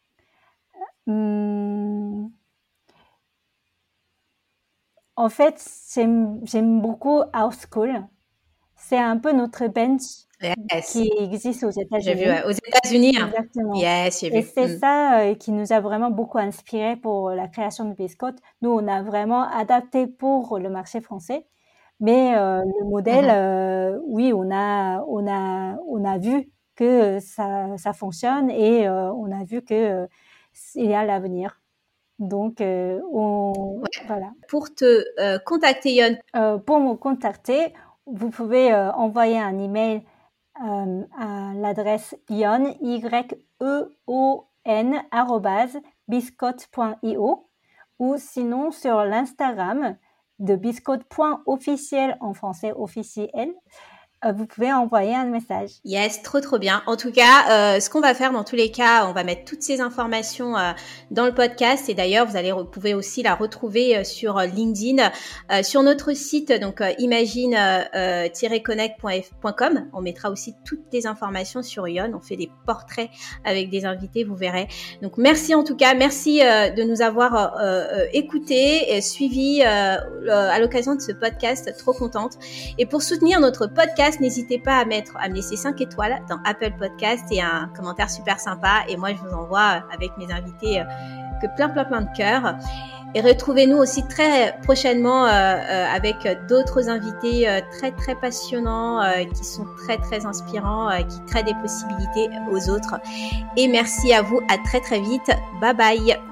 Speaker 2: En fait, j'aime beaucoup House School. C'est un peu notre bench qui existe aux États-Unis.
Speaker 3: J'ai vu aux États-Unis.
Speaker 2: Exactement.
Speaker 3: Yes, j'ai vu.
Speaker 2: Et c'est ça qui nous a vraiment beaucoup inspiré pour la création de Biscotte. Nous, on a vraiment adapté pour le marché français, mais le modèle, oui, on a vu que ça fonctionne et on a vu que il y a l'avenir. Donc, voilà.
Speaker 3: Pour te contacter, Yon?
Speaker 2: Pour me contacter, vous pouvez envoyer un email à l'adresse yon, Y-E-O-N, @biscotte.io ou sinon sur l'Instagram de biscotte.officiel en français officiel. Vous pouvez envoyer un message.
Speaker 3: Yes, trop bien. En tout cas, ce qu'on va faire dans tous les cas, on va mettre toutes ces informations dans le podcast et d'ailleurs, vous pouvez aussi la retrouver sur LinkedIn, sur notre site, donc imagine-connect.com. On mettra aussi toutes les informations sur Yon. On fait des portraits avec des invités, vous verrez. Donc, merci en tout cas. Merci de nous avoir écoutés et suivis à l'occasion de ce podcast. Trop contente. Et pour soutenir notre podcast, n'hésitez pas à me laisser 5 étoiles dans Apple Podcast et un commentaire super sympa. Et moi, je vous envoie avec mes invités que plein de cœurs. Et retrouvez-nous aussi très prochainement avec d'autres invités très passionnants qui sont très inspirants, qui créent des possibilités aux autres. Et merci à vous. À très vite. Bye bye.